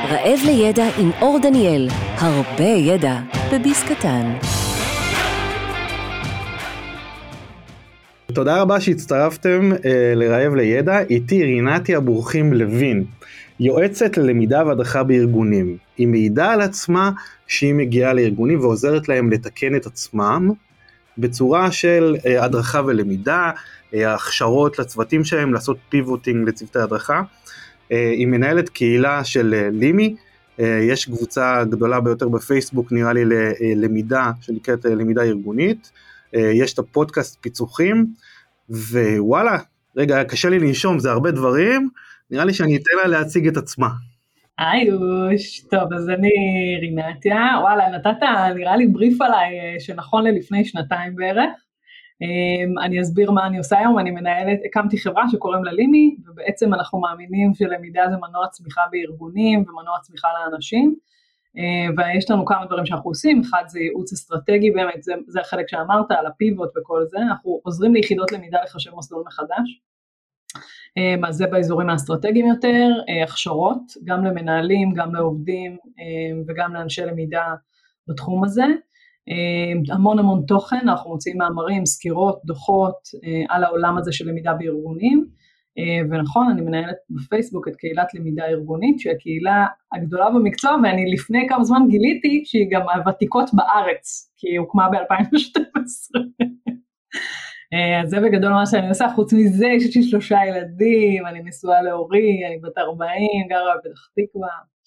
רעב לידע עם אור דניאל, הרבה ידע בביס קטן. תודה רבה שהצטרפתם לרעב לידע, איתי רינתי אבורכים לוין, יועצת ללמידה והדרכה בארגונים. היא מעידה על עצמה שהיא מגיעה לארגונים ועוזרת להם לתקן את עצמם, בצורה של הדרכה ולמידה, הכשרות לצוותים שלהם, לעשות פיבוטינג לצוותי הדרכה. היא מנהלת קהילה של לימי, יש קבוצה גדולה ביותר בפייסבוק נראה לי ללמידה, שנקראת למידה ארגונית, יש את הפודקאסט פיצוחים, ווואלה, רגע, קשה לי לנשום, זה הרבה דברים, נראה לי שאני אתן לה להציג את עצמה. איוש, טוב, אז אני רינתיה, וואלה, נתת נראה לי בריף עליי שנכון ללפני שנתיים בערך, אני אסביר מה אני עושה היום, אני הקמתי חברה שקוראים לה לימי, ובעצם אנחנו מאמינים שלמידה זה מנוע צמיחה בארגונים, ומנוע צמיחה לאנשים, ויש לנו כמה דברים שאנחנו עושים, אחד זה ייעוץ אסטרטגי, באמת זה החלק שאמרת על הפיבוט וכל זה, אנחנו עוזרים ליחידות למידה לחשב מסלול מחדש, אז זה באזורים האסטרטגיים יותר, הכשרות, גם למנהלים, גם לעובדים, וגם לאנשי למידה בתחום הזה, המון תוכן, אנחנו מוצאים מאמרים, סקירות, דוחות, על העולם הזה של למידה בארגונים, ונכון, אני מנהלת בפייסבוק את קהילת למידה ארגונית, שהיא הקהילה הגדולה במקצוע, ואני לפני כמה זמן גיליתי שהיא גם הוותיקות בארץ, כי היא הוקמה ב-2012. אז זה בגדול מה שאני עושה, חוץ מזה, יש לי 3 ילדים, אני נשואה להורי, אני בת 40, גרה בפתח תקווה,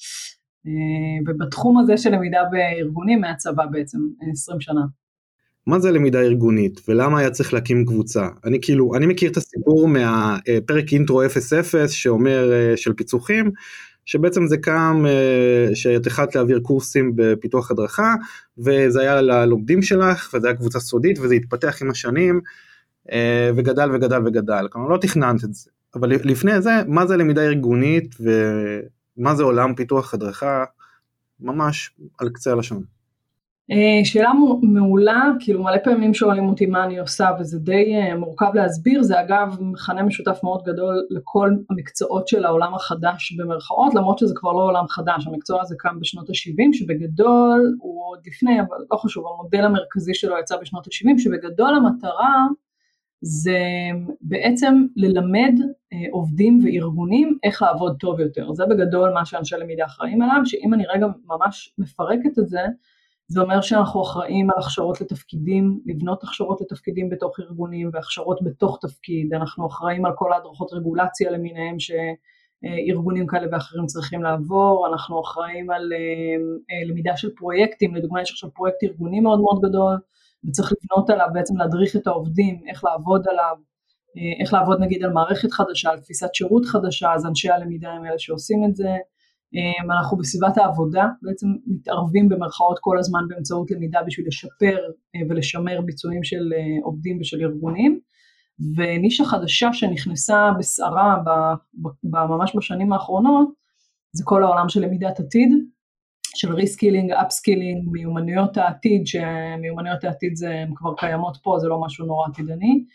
ובתחום הזה של למידה בארגונים מהצבא בעצם, 20 שנה. מה זה למידה ארגונית, ולמה היה צריך להקים קבוצה? אני מכיר את הסיפור מהפרק אינטרו 00 שאומר של פיצוחים, שבעצם זה קם שהתחלת להעביר קורסים בפיתוח הדרכה, וזה היה ללומדים שלך, וזה היה קבוצה סודית, וזה התפתח עם השנים, וגדל וגדל וגדל, כלומר לא תכננת את זה. אבל לפני זה, מה זה למידה ארגונית, ומה זה עולם פיתוח הדרכה, ממש על קצה הלשון. שאלה מעולה, כאילו מלא פעמים שואלים אותי מה אני עושה, וזה די מורכב להסביר, זה אגב מכנה משותף מאוד גדול לכל המקצועות של העולם החדש במרכאות, למרות שזה כבר לא עולם חדש, המקצוע הזה קם בשנות ה-70, שבגדול הוא עוד לפני, אבל לא חשוב, המודל המרכזי שלו יצא בשנות ה-70, שבגדול המטרה זה בעצם ללמד עובדים וארגונים איך לעבוד טוב יותר, זה בגדול מה שאנשי למידה אחראים עליו, שאם אני רגע ממש מפרקת את זה, זה אומר שאנחנו אחראים על הכשרות לתפקידים, לבנות הכשרות לתפקידים בתוך ארגונים והכשרות בתוך תפקיד, אנחנו אחראים על כל ההדרכות רגולציה למיניהם שארגונים כאלה ואחרים צריכים לעבור, אנחנו אחראים על למידה של פרויקטים, לדוגמה יש עכשיו פרויקט ארגוני מאוד מאוד גדול, וצריך לבנות עליו, בעצם להדריך את העובדים, איך לעבוד עליו, איך לעבוד נגיד על מערכת חדשה, על תפיסת שירות חדשה, אז אנשי הלמידה הם אלה שעושים את זה, אנחנו בסביבת העבודה בעצם מתערבים במרכאות כל הזמן באמצעות למידה בשביל לשפר ולשמר ביצועים של עובדים ושל ארגונים, ונישה חדשה שנכנסה בסערה ממש בשנים האחרונות, זה כל העולם של למידת עתיד, של ריסקילינג, אפסקילינג, מיומנויות העתיד, שמיומנויות העתיד הן כבר קיימות פה, זה לא משהו נורא עתידני,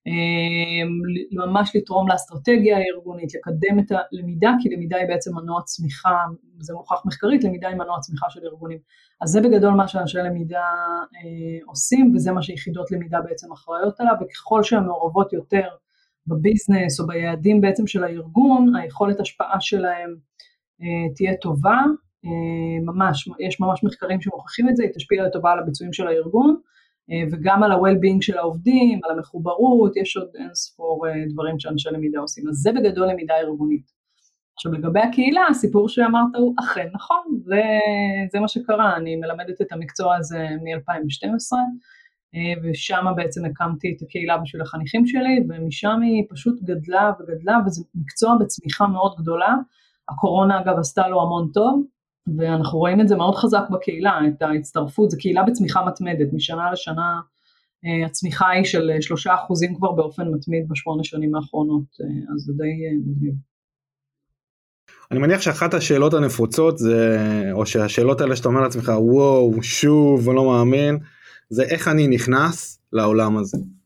ממש לתרום לאסטרטגיה הארגונית, לקדם את הלמידה, כי למידה היא בעצם מנוע צמיחה, זה מוכח מחקרית, למידה היא מנוע צמיחה של ארגונים, אז זה בגדול מה שאנשי למידה עושים, וזה מה שיחידות למידה בעצם אחראיות עליו, וככל שהן מעורבות יותר בביזנס או ביעדים בעצם של הארגון, היכולת השפעה שלהם תהיה טובה, ממש, יש ממש מחקרים שמוכחים את זה, היא תשפיע לטובה על הביצועים של הארגון, וגם על ה-well-being של העובדים, על המחוברות, יש עוד אינספור דברים שאנשי למידה עושים, אז זה בגדול למידה ארגונית. עכשיו לגבי הקהילה, הסיפור שאמרת הוא אכן נכון, זה מה שקרה, אני מלמדת את המקצוע הזה מ-2012, ושם בעצם הקמתי את הקהילה בשביל החניכים שלי, ומשם היא פשוט גדלה וגדלה, וזה מקצוע בצמיחה מאוד גדולה, הקורונה אגב עשתה לו המון טוב, ואנחנו רואים את זה מאוד חזק בקהילה, את ההצטרפות, זה קהילה בצמיחה מתמדת, משנה לשנה הצמיחה היא של 3% כבר באופן מתמיד ב8 שנים האחרונות, אז זה די מגניב. אני מניח שאחת השאלות הנפוצות זה, או שהשאלות האלה שאתה אומר לעצמך, וואו, שוב, אני לא מאמין, זה איך אני נכנס לעולם הזה.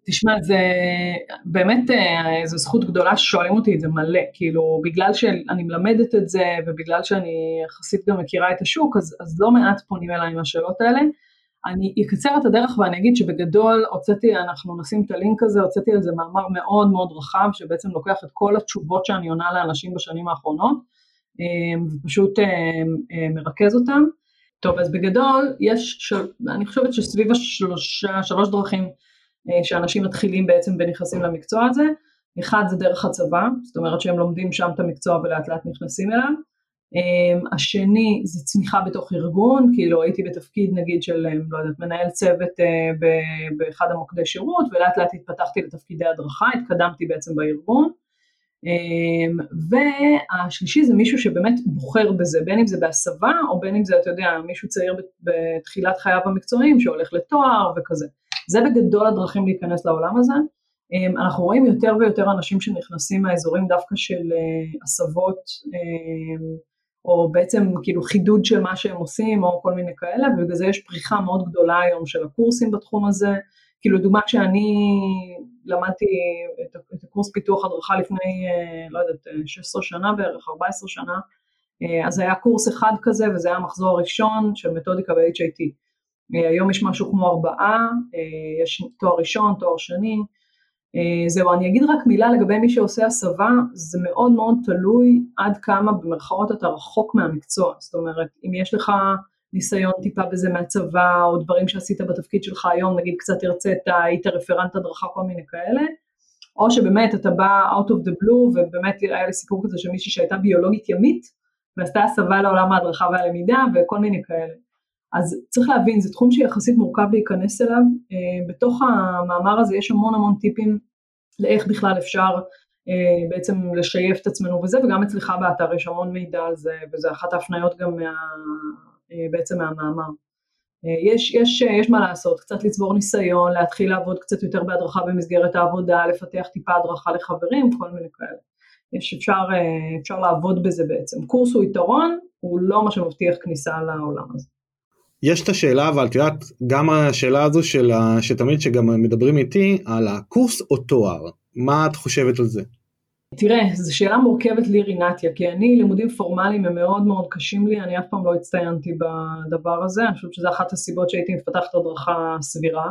תשמע, זה באמת, זו זכות גדולה ששואלים אותי את זה מלא, כאילו בגלל שאני מלמדת את זה, ובגלל שאני יחסית גם מכירה את השוק, אז לא מעט פונים אליי עם השאלות האלה. אני אקצר את הדרך ואני אגיד שבגדול אנחנו נשים את הלינק הזה, הוצאתי על זה מאמר מאוד מאוד רחב, שבעצם לוקח את כל התשובות שאני עונה לאנשים בשנים האחרונות, ופשוט מרכז אותם. טוב, אז בגדול אני חושבת שסביב שלוש דרכים, שאנשים מתחילים בעצם ונכנסים למקצוע הזה. אחד זה דרך הצבא, זאת אומרת שהם לומדים שם את המקצוע ולאט לאט נכנסים אליו. השני זה צמיחה בתוך ארגון, כאילו הייתי בתפקיד נגיד של, לא יודעת, מנהל צוות באחד המוקדי שירות, ולאט לאט התפתחתי לתפקידי הדרכה, התקדמתי בעצם בארגון. והשלישי זה מישהו שבאמת בוחר בזה, בין אם זה בהסבה, או בין אם זה, אתה יודע, מישהו צעיר בתחילת חייו המקצועיים, שהולך לתואר וכזה. זה בגדול הדרכים להיכנס לעולם הזה. אנחנו רואים יותר ויותר אנשים שנכנסים מהאזורים דווקא של הסבות, או בעצם כאילו חידוד של מה שהם עושים, או כל מיני כאלה, ובגלל זה יש פריחה מאוד גדולה היום של הקורסים בתחום הזה. כאילו דוגמה כשאני למדתי את הקורס פיתוח הדרכה לפני, לא יודעת, 16 שנה בערך, 14 שנה, אז היה קורס אחד כזה, וזה היה המחזור הראשון של מתודיקה ב-HIT. היום יש משהו כמו 4, יש תואר ראשון, תואר שני, זהו, אני אגיד רק מילה לגבי מי שעושה הסבה, זה מאוד מאוד תלוי עד כמה במרכאות אתה רחוק מהמקצוע, זאת אומרת, אם יש לך ניסיון טיפה בזה מהצבא, או דברים שעשית בתפקיד שלך היום, נגיד קצת הרצית, היית רפרנט הדרכה, כל מיני כאלה, או שבאמת אתה בא out of the blue, ובאמת היה לי סיפור כזה שמישהי שהייתה ביולוגית ימית, ועשתה הסבה לעולם ההדרכה והלמידה, וכל מיני כאלה. אז צריך להבין, זה תחום שיחסית מורכב להיכנס אליו, בתוך המאמר הזה יש המון המון טיפים, לאיך בכלל אפשר בעצם לשייף את עצמנו וזה, וגם אצלך באתר יש המון מידע על זה, וזה אחת ההפניות גם בעצם מהמאמר. יש מה לעשות, קצת לצבור ניסיון, להתחיל לעבוד קצת יותר בהדרכה במסגרת העבודה, לפתח טיפה הדרכה לחברים, כל מיני כאלה. אפשר לעבוד בזה בעצם. קורס הוא יתרון, הוא לא מה שמבטיח כניסה לעולם הזה. יש את השאלה, אבל תראית, גם השאלה הזו שתמיד שגם מדברים איתי, על הקורס או תואר, מה את חושבת על זה? תראה, זו שאלה מורכבת לי רינתיה, כי אני לימודים פורמליים הם מאוד מאוד קשים לי, אני אף פעם לא הצטיינתי בדבר הזה, אני חושבת שזה אחת הסיבות שהייתי מפתחת הדרכה סבירה.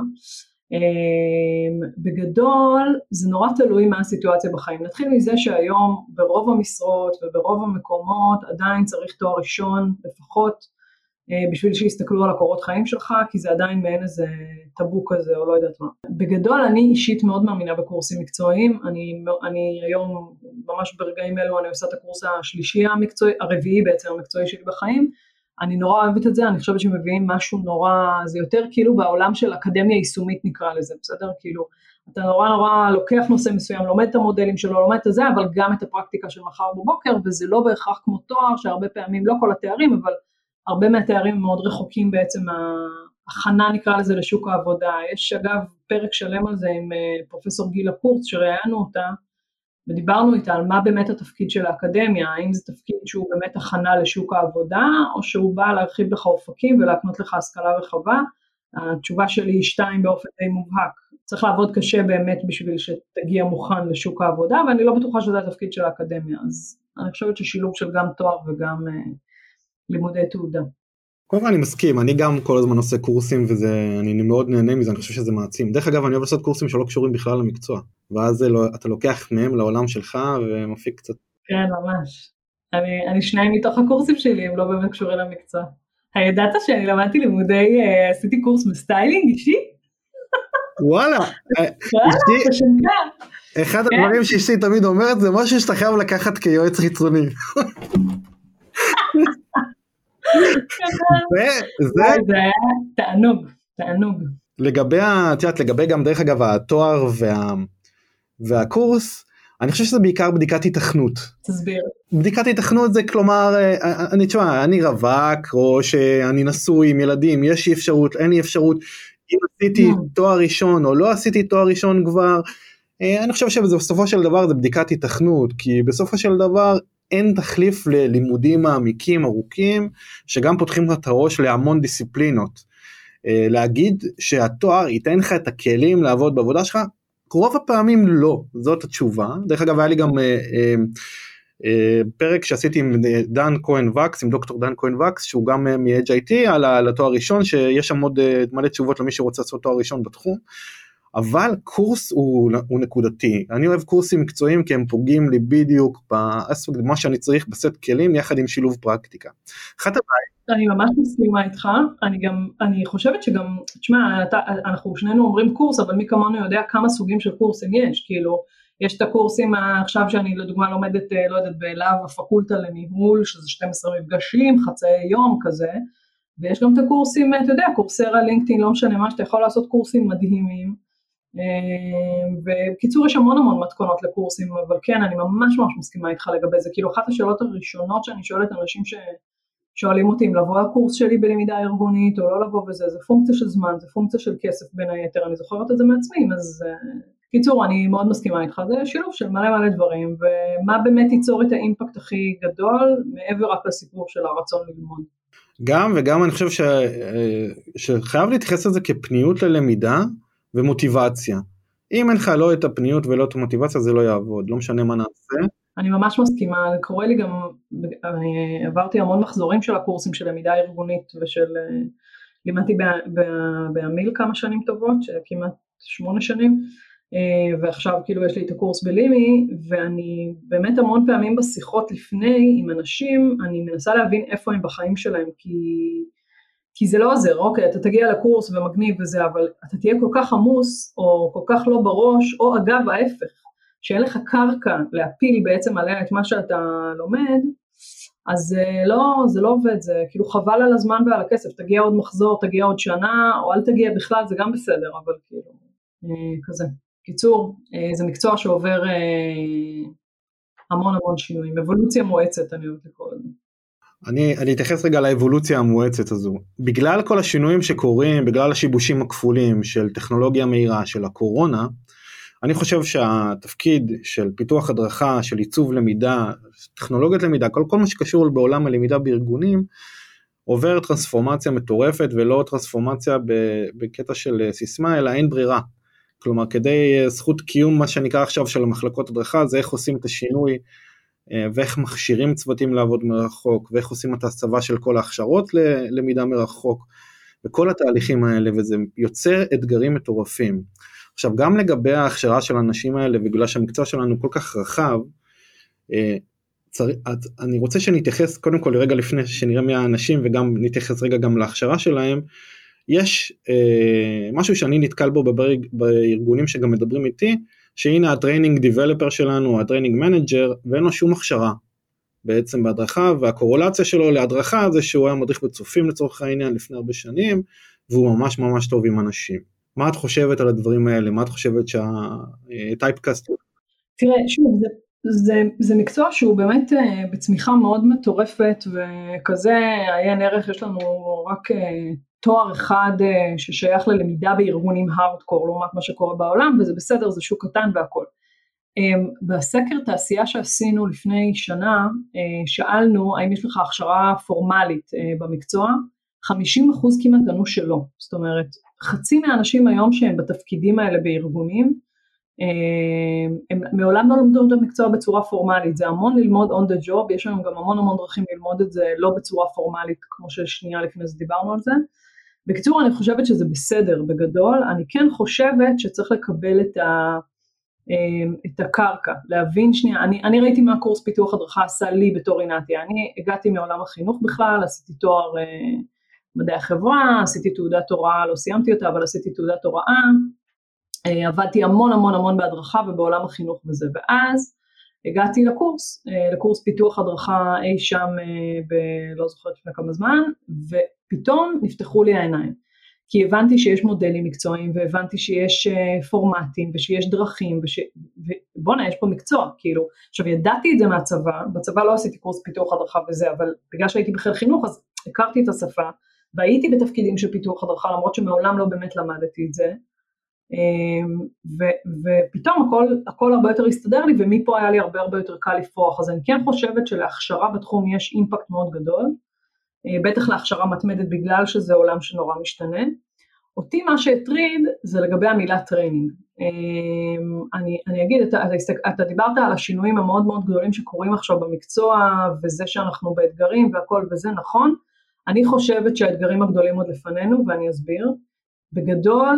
בגדול, זה נורא תלוי מה הסיטואציה בחיים. נתחיל מזה שהיום ברוב המשרות וברוב המקומות עדיין צריך תואר ראשון לפחות, בשביל שיסתכלו על הקורות חיים שלך, כי זה עדיין מעין איזה טאבו כזה, או לא יודעת מה. בגדול, אני אישית מאוד מאמינה בקורסים מקצועיים, אני היום, ממש ברגעים אלו, אני עושה את הקורס השלישי המקצועי, הרביעי בעצם המקצועי שלי בחיים, אני נורא אוהבת את זה, אני חושבת שמביאים משהו נורא, זה יותר כאילו בעולם של אקדמיה יישומית נקרא לזה, בסדר? כאילו, אתה נורא לוקח נושא מסוים, לומד את המודלים שלו, לומד את זה, אבל גם את הפרקטיקה של מחר בבוקר, וזה לא בהכרח כמו תואר, שהרבה פעמים, לא כל התארים, אבל הרבה מהתארים מאוד רחוקים בעצם, ההכנה נקרא לזה לשוק העבודה. יש אגב פרק שלם על זה עם פרופסור גילה קורץ, שראיינו אותה, ודיברנו איתה על מה באמת התפקיד של האקדמיה, האם זה תפקיד שהוא באמת הכנה לשוק העבודה, או שהוא בא להרחיב לך אופקים ולהקנות לך השכלה רחבה. התשובה שלי היא 2 באופן די מובהק. צריך לעבוד קשה באמת בשביל שתגיע מוכן לשוק העבודה, ואני לא בטוחה שזה התפקיד של האקדמיה, אז אני חושבת ששילוב של גם תואר וגם לימודי תעודה. קודם כל אני מסכים, אני גם כל הזמן עושה קורסים וזה, אני מאוד נהנה מזה, אני חושב שזה מעצים. דרך אגב, אני אוהב לעשות קורסים שלא קשורים בכלל למקצוע, ואז אתה לוקח מהם לעולם שלך ומפיק קצת. כן, ממש. אני 2 מתוך הקורסים שלי, הם לא באמת קשורים למקצוע. הידעת שאני למדתי לימודי, עשיתי קורס בסטיילינג אישי? וואלה. אחד הדברים שאשתי תמיד אומרת, זה משהו שאתה חייב לקחת כיועץ חיצוני. זה היה תענוג. לגבי גם דרך אגב התואר והקורס, אני חושב שזה בעיקר בדיקת התכנות. תסביר. בדיקת התכנות זה כלומר, אני רווק, או שאני נשוי עם ילדים, יש לי אפשרות, אין לי אפשרות, אם עשיתי תואר ראשון או לא עשיתי תואר ראשון כבר, אני חושב שבסופו של דבר זה בדיקת התכנות, כי בסופו של דבר אין תחליף ללימודים מעמיקים, ארוכים, שגם פותחים את הראש להמון דיסציפלינות. להגיד שהתואר ייתן לך את הכלים לעבוד בעבודה שלך, רוב הפעמים לא, זאת התשובה. דרך אגב, היה לי גם פרק שעשיתי עם דן כהן וקס, עם דוקטור דן כהן וקס, שהוא גם מ-HIT, על התואר ראשון, שיש שם עוד מלא תשובות למי שרוצה לעשות תואר ראשון בתחום, אבל קורס הוא נקודתי. אני אוהב קורסים מקצועיים, כי הם פוגעים לי בדיוק באספקט, מה שאני צריך בסט כלים, יחד עם שילוב פרקטיקה. אחת הבעיה. אני ממש מסכימה איתך, אני חושבת שגם, תשמע, אנחנו שנינו אומרים קורס, אבל מי כמונו יודע כמה סוגים של קורסים יש, כאילו, יש את הקורסים עכשיו שאני לדוגמה לומדת, לא יודעת, בלהב הפקולטה לניהול, שזה 12 מפגשים, חצי יום כזה, ויש גם את הקורסים, אתה יודע, קורסרה, לינקדאין, לא משנה מה, שאתה יכול לעשות קורסים מדהימים, ובקיצור יש המון מתכונות לקורסים, אבל כן, אני ממש מסכימה איתך לגבי זה, כאילו אחת השאלות הראשונות שאני שואלת אנשים ששואלים אותי אם לבוא הקורס שלי בלמידה ארגונית או לא לבוא וזה, זה פונקציה של זמן, זה פונקציה של כסף בין היתר, אני זוכרת את זה מעצמי, אז קיצור אני מאוד מסכימה איתך, זה שילוב של מלא דברים, ומה באמת ייצור את האימפקט הכי גדול, מעבר רק לסיפור של הרצון ללמוד. וגם אני חושב שחייב להתייחס לזה כפניות ללמידה, ומוטיבציה. אם אין לך לא את הפניות ולא את המוטיבציה, זה לא יעבוד, לא משנה מה נעשה. אני ממש מסכימה, קורא לי גם, אני עברתי המון מחזורים של הקורסים של למידה ארגונית, לימדתי באמיל כמה שנים טובות, כמעט 8 שנים, ועכשיו כאילו יש לי את הקורס בלימי, ואני באמת המון פעמים בשיחות לפני עם אנשים, אני מנסה להבין איפה הם בחיים שלהם, כי זה לא עוזר, אוקיי, אתה תגיע לקורס ומגניב וזה, אבל אתה תהיה כל כך עמוס, או כל כך לא בראש, או אגב ההפך, שאין לך קרקע להפיל בעצם עליה את מה שאתה לומד, אז זה לא עובד, זה כאילו חבל על הזמן ועל הכסף, תגיע עוד מחזור, תגיע עוד שנה, או אל תגיע בכלל, זה גם בסדר, אבל כאילו, כזה. קיצור, זה מקצוע שעובר המון שינויים, אבולוציה מואצת, אני אוהבת לקרוא לזה. אני אתייחס רגע לאבולוציה המואצת הזו. בגלל כל השינויים שקורים, בגלל השיבושים הכפולים של טכנולוגיה מהירה, של הקורונה, אני חושב שהתפקיד של פיתוח הדרכה, של עיצוב למידה, טכנולוגיית למידה, כל מה שקשור בעולם הלמידה בארגונים, עובר טרנספורמציה מטורפת, ולא טרנספורמציה בקטע של סיסמה, אלא אין ברירה. כלומר, כדי זכות קיום, מה שנקרא עכשיו של המחלקות הדרכה, זה איך עושים את השינוי, ואיך מכשירים צוותים לעבוד מרחוק, ואיך עושים את ההסבה של כל ההכשרות ללמידה מרחוק, וכל התהליכים האלה, וזה יוצר אתגרים מטורפים. עכשיו, גם לגבי ההכשרה של האנשים האלה, בגלל שהמקצוע שלנו כל כך רחב, אני רוצה שנתייחס, קודם כל רגע לפני שנראה מי האנשים, וגם נתייחס רגע גם להכשרה שלהם, יש משהו שאני נתקל בו בארגונים שגם מדברים איתי, שהנה הטריינינג דיבלופר שלנו, הטריינינג מנג'ר, ואין לו שום הכשרה בעצם בהדרכה, והקורולציה שלו להדרכה זה שהוא היה מדריך בצופים לצורך העניין לפני הרבה שנים, והוא ממש טוב עם אנשים. מה את חושבת על הדברים האלה? מה את חושבת שהטייפקאסט? תראה, שוב, זה מקצוע שהוא באמת בצמיחה מאוד מטורפת, וכזה עיין ערך, יש לנו רק תואר אחד ששייך ללמידה בארגונים הארדקור, לעומת מה שקורה בעולם, וזה בסדר, זה שוק קטן והכל. בסקר תעשייה שעשינו לפני שנה, שאלנו האם יש לך הכשרה פורמלית במקצוע, 50% כמעט ענו שלא, זאת אומרת, חצי מהאנשים היום שהם בתפקידים האלה בארגונים, הם מעולם לא למדו את המקצוע בצורה פורמלית, זה המון ללמוד on the job, יש היום גם המון דרכים ללמוד את זה לא בצורה פורמלית, כמו ששנייה לפני זה דיברנו על זה. בקיצור, אני חושבת שזה בסדר בגדול, אני כן חושבת שצריך לקבל את הקרקע, להבין שנייה, אני ראיתי מה קורס פיתוח הדרכה עשה לי בתור עינתי, אני הגעתי מעולם החינוך בכלל, עשיתי תואר מדעי החברה, עשיתי תעודת הוראה, לא סיימתי אותה, אבל עשיתי תעודת הוראה, עבדתי המון בהדרכה ובעולם החינוך וזה, ואז הגעתי לקורס פיתוח הדרכה אי שם, לא זוכרת לפני כמה זמן, ופתאום נפתחו לי העיניים, כי הבנתי שיש מודלים מקצועיים, והבנתי שיש פורמטים, ושיש דרכים, ובונה, יש פה מקצוע, כאילו, עכשיו ידעתי את זה מהצבא, בצבא לא עשיתי קורס פיתוח הדרכה וזה, אבל בגלל שהייתי בחיל חינוך, אז הכרתי את השפה, והייתי בתפקידים של פיתוח הדרכה, למרות שמעולם לא באמת למדתי את זה, ופתאום הכל הרבה יותר הסתדר לי, ומפה היה לי הרבה יותר קל לפרוח, אז אני כן חושבת שלהכשרה בתחום יש אימפקט מאוד גדול, בטח להכשרה מתמדת בגלל שזה עולם שנורא משתנה. אותי מה שהטריד זה לגבי המילה טריינינג. אני אגיד, אתה דיברת על השינויים המאוד מאוד גדולים שקורים עכשיו במקצוע, וזה שאנחנו באתגרים והכל, וזה נכון. אני חושבת שהאתגרים הגדולים עוד לפנינו, ואני אסביר. בגדול,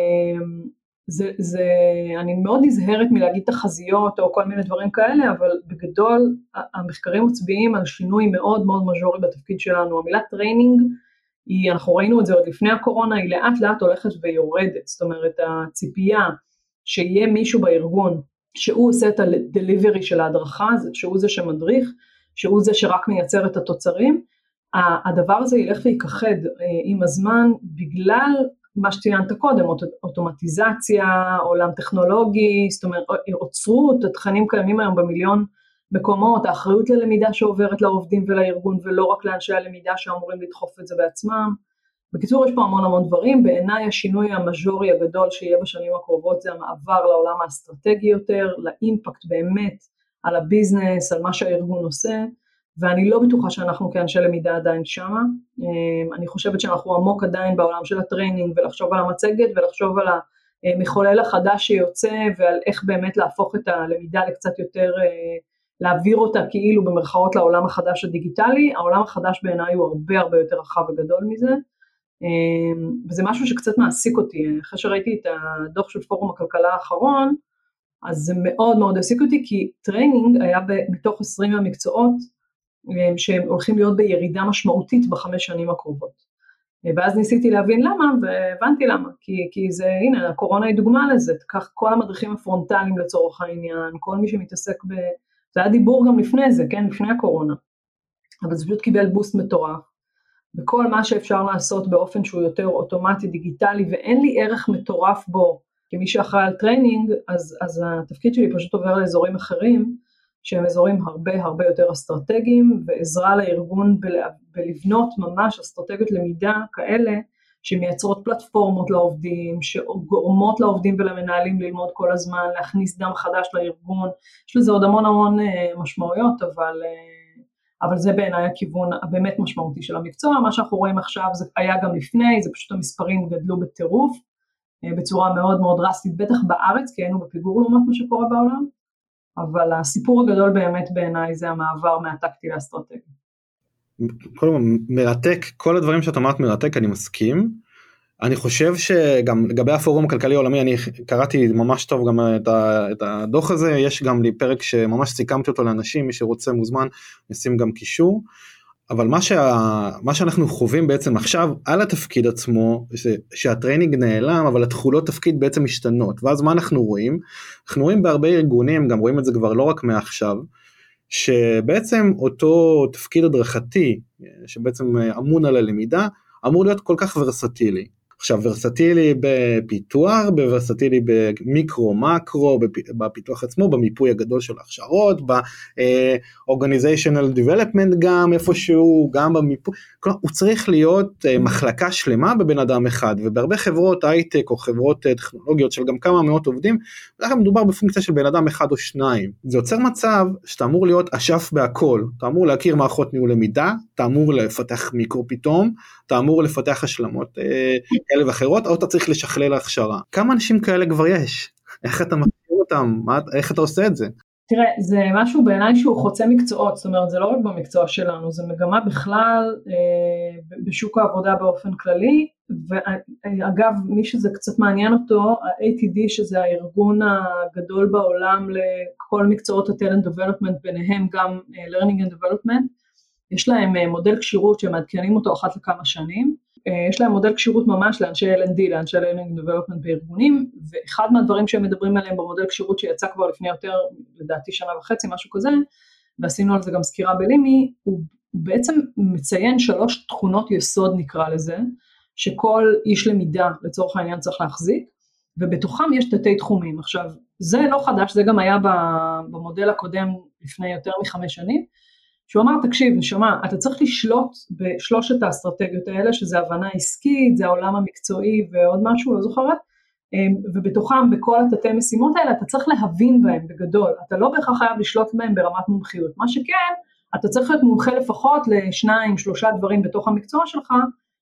אני מאוד נזהרת מלהגיד תחזיות או כל מיני דברים כאלה, אבל בגדול המחקרים מצביעים על שינוי מאוד מאוד מז'ורי בתפקיד שלנו. המילה טריינינג, אנחנו ראינו את זה עוד לפני הקורונה, היא לאט לאט הולכת ויורדת, זאת אומרת הציפייה שיהיה מישהו בארגון, שהוא עושה את הדליברי של ההדרכה, שהוא זה שמדריך, שהוא זה שרק מייצר את התוצרים, הדבר הזה ילך ויקחד עם הזמן, בגלל מה שציינת קודם, אוטומטיזציה, עולם טכנולוגי, זאת אומרת, עוצרות, התכנים קיימים היום במיליון מקומות, האחריות ללמידה שעוברת לעובדים ולארגון, ולא רק לאנשי הלמידה שאמורים לדחוף את זה בעצמם. בקיצור, יש פה המון המון דברים. בעיניי השינוי המז'ורי הגדול שיהיה בשנים הקרובות, זה המעבר לעולם האסטרטגי יותר, לאימפקט באמת על הביזנס, על מה שהארגון עושה, ואני לא בטוחה שאנחנו כאנשי למידה עדיין שמה. אני חושבת שאנחנו עמוק עדיין בעולם של הטריינינג, ולחשוב על המצגת, ולחשוב על המחולל החדש שיוצא, ועל איך באמת להפוך את הלמידה לקצת יותר, להעביר אותה כאילו במרכאות לעולם החדש הדיגיטלי. העולם החדש בעיניי הוא הרבה הרבה יותר רחב וגדול מזה, וזה משהו שקצת מעסיק אותי. אחרי שראיתי את הדוח של פורום הכלכלה האחרון, אז זה מאוד מאוד העסיק אותי, כי טריינינג היה מתוך 20 המקצועות, שהם הולכים להיות בירידה משמעותית ב5 שנים הקרובות. ואז ניסיתי להבין למה, והבנתי למה, כי זה, הנה, הקורונה היא דוגמה לזה, כך כל המדריכים הפרונטליים לצורך העניין, כל מי שמתעסק זה היה דיבור גם לפני זה, כן, לפני הקורונה, אבל זה פשוט קיבל בוסט מטורף, וכל מה שאפשר לעשות באופן שהוא יותר אוטומטי, דיגיטלי, ואין לי ערך מטורף בו, כמי שאחראי על טריינינג, אז התפקיד שלי פשוט עובר לאזורים אחרים, שהם אזורים הרבה הרבה יותר אסטרטגיים, ועזרה לארגון בלבנות ממש אסטרטגיות למידה כאלה, שמייצרות פלטפורמות לעובדים, שגורמות לעובדים ולמנהלים ללמוד כל הזמן, להכניס דם חדש לארגון. יש לזה עוד המון המון משמעויות, אבל זה בעיניי הכיוון הבאמת משמעותי של המקצוע. מה שאנחנו רואים עכשיו זה היה גם לפני, זה פשוט המספרים גדלו בטירוף, בצורה מאוד מאוד דרסטית, בטח בארץ, כי היינו בפיגור לעומת מה שקורה בעולם, אבל הסיפור הגדול באמת בעיניי זה המעבר מהטקטי לאסטרטגי. מרתק, כל הדברים שאת אמרת מרתק, אני מסכים. אני חושב שגם לגבי הפורום הכלכלי העולמי, אני קראתי ממש טוב גם את הדוח הזה, יש גם לי פרק שממש סיכמתי אותו לאנשים, מי שרוצה מוזמן, נשים גם קישור, אבל מה שאנחנו חווים בעצם עכשיו על התפקיד עצמו, שהטריינינג נעלם, אבל התחולות תפקיד בעצם משתנות, ואז מה אנחנו רואים? אנחנו רואים בהרבה ארגונים, גם רואים את זה כבר לא רק מעכשיו, שבעצם אותו תפקיד הדרכתי, שבעצם אמון על הלמידה, אמור להיות כל כך ורסטילי. עכשיו, ורסטילי בפיתוח, ורסטילי במיקרו-מקרו, בפיתוח עצמו, במיפוי הגדול של ההכשרות, ב-organizational development גם איפשהו, גם במיפוי, כלומר, הוא צריך להיות מחלקה שלמה בבן אדם אחד, ובהרבה חברות הייטק או חברות טכנולוגיות של גם כמה מאות עובדים, לכן מדובר בפונקציה של בן אדם אחד או שניים. זה יוצר מצב שאתה אמור להיות אשף בהכל, אתה אמור להכיר מערכות ניהול למידה, אתה אמור לפתח מיקרו פתאום, אתה אמור לפתח השלמות כאלה ואחרות, או אתה צריך לשכלל ההכשרה. כמה אנשים כאלה כבר יש? איך אתה מכיר אותם? איך אתה עושה את זה? תראה, זה משהו בעיניי שהוא חוצה מקצועות, זאת אומרת, זה לא רק במקצוע שלנו, זה מגמה בכלל בשוק העבודה באופן כללי, ואגב, מי שזה קצת מעניין אותו, ה-ATD, שזה הארגון הגדול בעולם לכל מקצועות ה-Talent Development, ביניהם גם Learning and Development, יש להם מודל קשירות שמעדכנים אותו אחת לכמה שנים, יש להם מודל קשירות ממש לאנשי L&D, לאנשי Learning and Development בארגונים, ואחד מהדברים שהם מדברים עליהם במודל קשירות שיצא כבר לפני יותר, לדעתי שנה וחצי, משהו כזה, ועשינו על זה גם סקירה בלימי, הוא בעצם מציין 3 תכונות יסוד נקרא לזה, שכל איש למידה לצורך העניין צריך להחזיק, ובתוכם יש תתי תחומים. עכשיו, זה לא חדש, זה גם היה במודל הקודם לפני יותר מ5 שנים, שהוא אמר, תקשיב, נשמע, אתה צריך לשלוט בשלושת האסטרטגיות האלה, שזה הבנה עסקית, זה העולם המקצועי ועוד משהו, לא זוכרת, ובתוכם, בכל התתי משימות האלה, אתה צריך להבין בהם בגדול, אתה לא בהכרח חייב לשלוט בהם ברמת מומחיות, מה שכן, אתה צריך להיות מומחה לפחות ל2-3 דברים בתוך המקצוע שלך,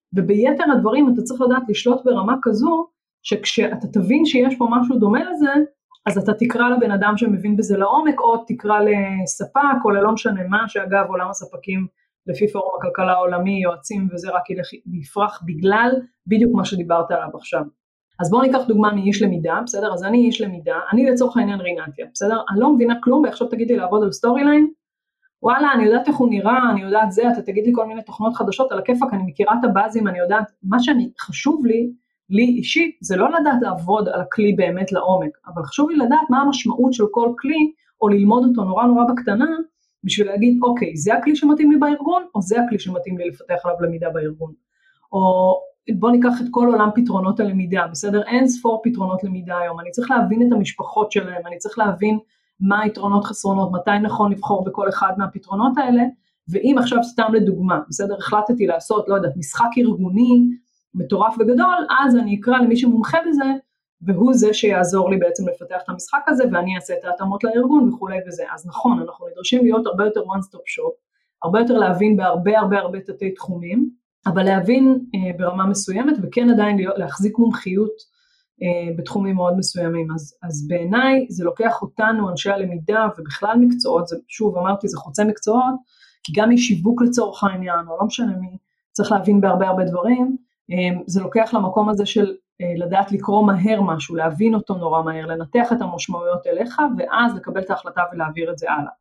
וביתר הדברים אתה צריך לדעת לשלוט ברמה כזו, שכשאתה תבין שיש פה משהו דומה לזה, אז אתה תקרא לבן אדם שמבין בזה לעומק, או תקרא לספק, או ללא משנה מה, שאגב עולם הספקים לפי פורום הכלכלה העולמי, יועצים וזה רק יפרח בגלל בדיוק מה שדיברת עליו עכשיו. אז בואו ניקח דוגמה מאיש למידה, בסדר? אז אני איש למידה, אני לצורך העניין רינתיה, בסדר? אני לא מבינה כלום, ועכשיו תגיד לי לעבוד על סטורי ליין, וואלה, אני יודעת איך הוא נראה, אני יודעת זה, אתה תגיד לי כל מיני תוכנות חדשות על הכיפק, אני מכירה את הבאזים, אני יודעת, מה שאני חשוב לי אישית, זה לא לדעת לעבוד על הכלי באמת לעומק, אבל חשוב לי לדעת מה המשמעות של כל כלי, או ללמוד אותו נורא נורא בקטנה, בשביל להגיד, אוקיי, זה הכלי שמתאים לי בארגון, או זה הכלי שמתאים לי לפתח עליו למידה בארגון. או בוא ניקח את כל עולם פתרונות הלמידה, בסדר? אין ספור פתרונות למידה היום, אני צריך להבין את המשפחות שלהם, אני צריך להבין מה היתרונות חסרונות, מתי נכון לבחור בכל אחד מהפתרונות האלה, ואם עכשיו סתם לדוגמה, בסדר? החלטתי לעשות, לא יודעת, משחק ארגוני, מטורף וגדול, אז אני אקרא למי שמומחה בזה, והוא זה שיעזור לי בעצם לפתח את המשחק הזה, ואני אעשה את ההתאמות לארגון וכולי וזה. אז נכון, אנחנו נדרשים להיות הרבה יותר one stop shop, הרבה יותר להבין בהרבה תתי תחומים, אבל להבין ברמה מסוימת, וכן עדיין להחזיק מומחיות בתחומים מאוד מסוימים. אז בעיניי זה לוקח אותנו, אנשי הלמידה ובכלל מקצועות, זה, שוב אמרתי, זה חוצה מקצועות, כי גם משיווק לצורך העניין, או לא משנה מי, צריך להבין בהרבה דברים, זה לוקח למקום הזה של לדעת לקרוא מהר משהו, להבין אותו נורא מהר, לנתח את המשמעויות אליך, ואז לקבל את ההחלטה ולהעביר את זה הלאה,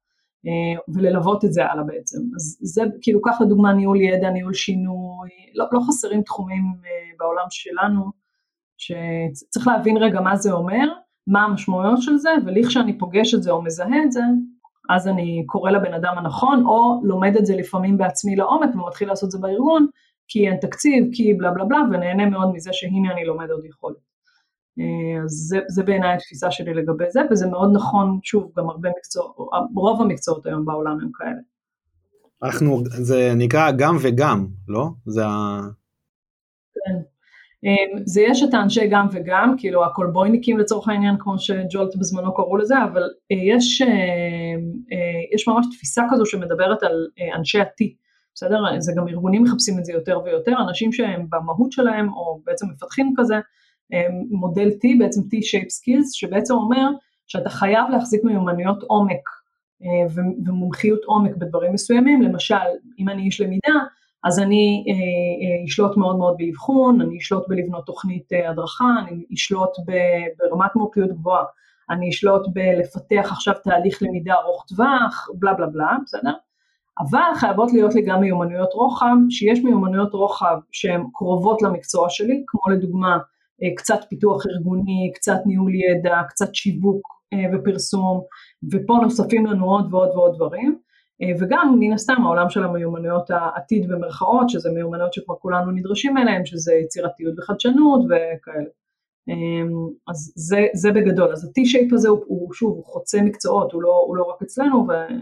וללוות את זה הלאה בעצם. אז זה כאילו כך לדוגמה ניהול ידע, ניהול שינוי, לא חסרים תחומים בעולם שלנו, שצריך להבין רגע מה זה אומר, מה המשמעויות של זה, ולכשאני פוגש את זה או מזהה את זה, אז אני קורא לבן אדם הנכון, או לומד את זה לפעמים בעצמי לעומק, ומתחיל לעשות את זה בארגון, כי אין תקציב, כי בלה בלה בלה, ונהנה מאוד מזה שהנה אני לומד עוד יכולת. אז זה בעיניי התפיסה שלי לגבי זה, וזה מאוד נכון, שוב, גם הרבה מקצועות, רוב המקצועות היום בעולם הם כאלה. זה נקרא גם וגם, לא? כן. זה יש את האנשי גם וגם, כאילו הקולבויניקים לצורך העניין, כמו שג'ולט בזמנו קראו לזה, אבל יש ממש תפיסה כזו שמדברת על אנשי עתי, בסדר? זה גם ארגונים מחפשים את זה יותר ויותר, אנשים שהם במהות שלהם, או בעצם מפתחים כזה, מודל T, בעצם T-Shape Skills, שבעצם אומר שאתה חייב להחזיק מיומנויות עומק, ומומחיות עומק בדברים מסוימים, למשל, אם אני איש למידה, אז אני אשלוט מאוד מאוד באבחון, אני אשלוט בלבנות תוכנית הדרכה, אני אשלוט ברמת מומחיות גבוהה, אני אשלוט בלפתח עכשיו תהליך למידה ארוך טווח, בלה בלה בלה, בסדר? אבל חייבות להיות לי גם מיומנויות רוחב, שיש מיומנויות רוחב שהן קרובות למקצוע שלי, כמו לדוגמה קצת פיתוח ארגוני, קצת ניהול ידע, קצת שיווק ופרסום, ופה נוספים לנו עוד ועוד ועוד דברים, וגם מן הסתם העולם של המיומנויות העתיד במרכאות, שזה מיומנויות שכבר כולנו נדרשים אליהם, שזה יצירתיות וחדשנות וכאלה. אז זה בגדול, אז ה-T-shape הזה הוא שוב, הוא חוצה מקצועות, הוא לא רק אצלנו,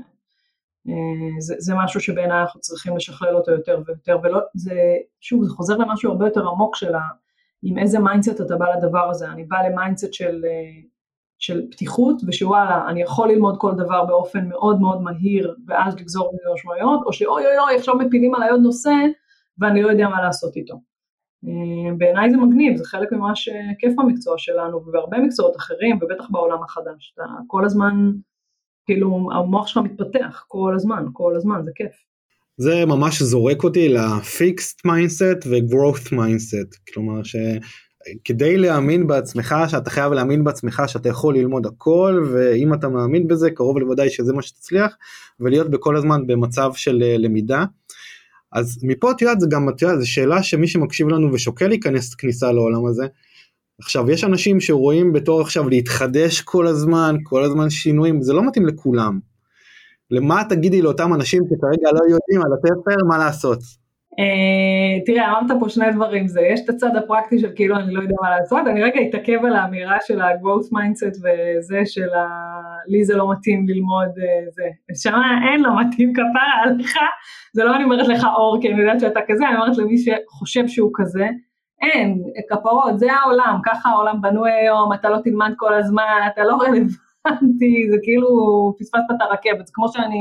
זה משהו שבעיניי אנחנו צריכים לשכלל אותו יותר ויותר, שוב, זה חוזר למשהו הרבה יותר עמוק עם איזה מיינדסט אתה בא לדבר הזה, אני בא למיינדסט של פתיחות, ושוואלה, אני יכול ללמוד כל דבר באופן מאוד מאוד מהיר, ואז לגזור מזה משמעויות, או שאוי, עכשיו מפילים עליי עוד נושא, ואני לא יודע מה לעשות איתו. בעיניי זה מגניב, זה חלק ממש כיף במקצוע שלנו, ובהרבה מקצועות אחרים, ובטח בעולם החדש, אתה כל הזמן, כאילו, המוח שלך מתפתח, כל הזמן, זה כיף. זה ממש זורק אותי ל-fixed mindset ו-growth mindset, כלומר שכדי להאמין בעצמך, שאתה חייב להאמין בעצמך, שאתה יכול ללמוד הכל, ואם אתה מאמין בזה, קרוב לוודאי שזה מה שתצליח, ולהיות בכל הזמן במצב של למידה. אז מפה תיאת זה גם, זו שאלה שמי שמקשיב לנו ושוקל להיכנס כניסה לעולם הזה, עכשיו יש אנשים שרואים בתור עכשיו להתחדש כל הזמן שינויים, זה לא מתאים לכולם. למה תגידי לאותם אנשים שכרגע לא יודעים על התפר, מה לעשות? תראה, אמרת פה שני דברים, יש את הצד הפרקטי של כאילו אני לא יודע מה לעשות, אני רגע אתעכב על האמירה של ה-growth mindset וזה של לי זה לא מתאים ללמוד זה, שמה אין לא מתאים כפרה עליך, זה לא אני אומרת לך אור, כי אני יודעת שאתה כזה, אני אומרת למי שחושב שהוא כזה, אין, כפרות, זה העולם, ככה העולם בנוי היום, אתה לא תלמד כל הזמן, אתה לא רלוונטי, זה כאילו פספסת את הרכבת, זה כמו שאני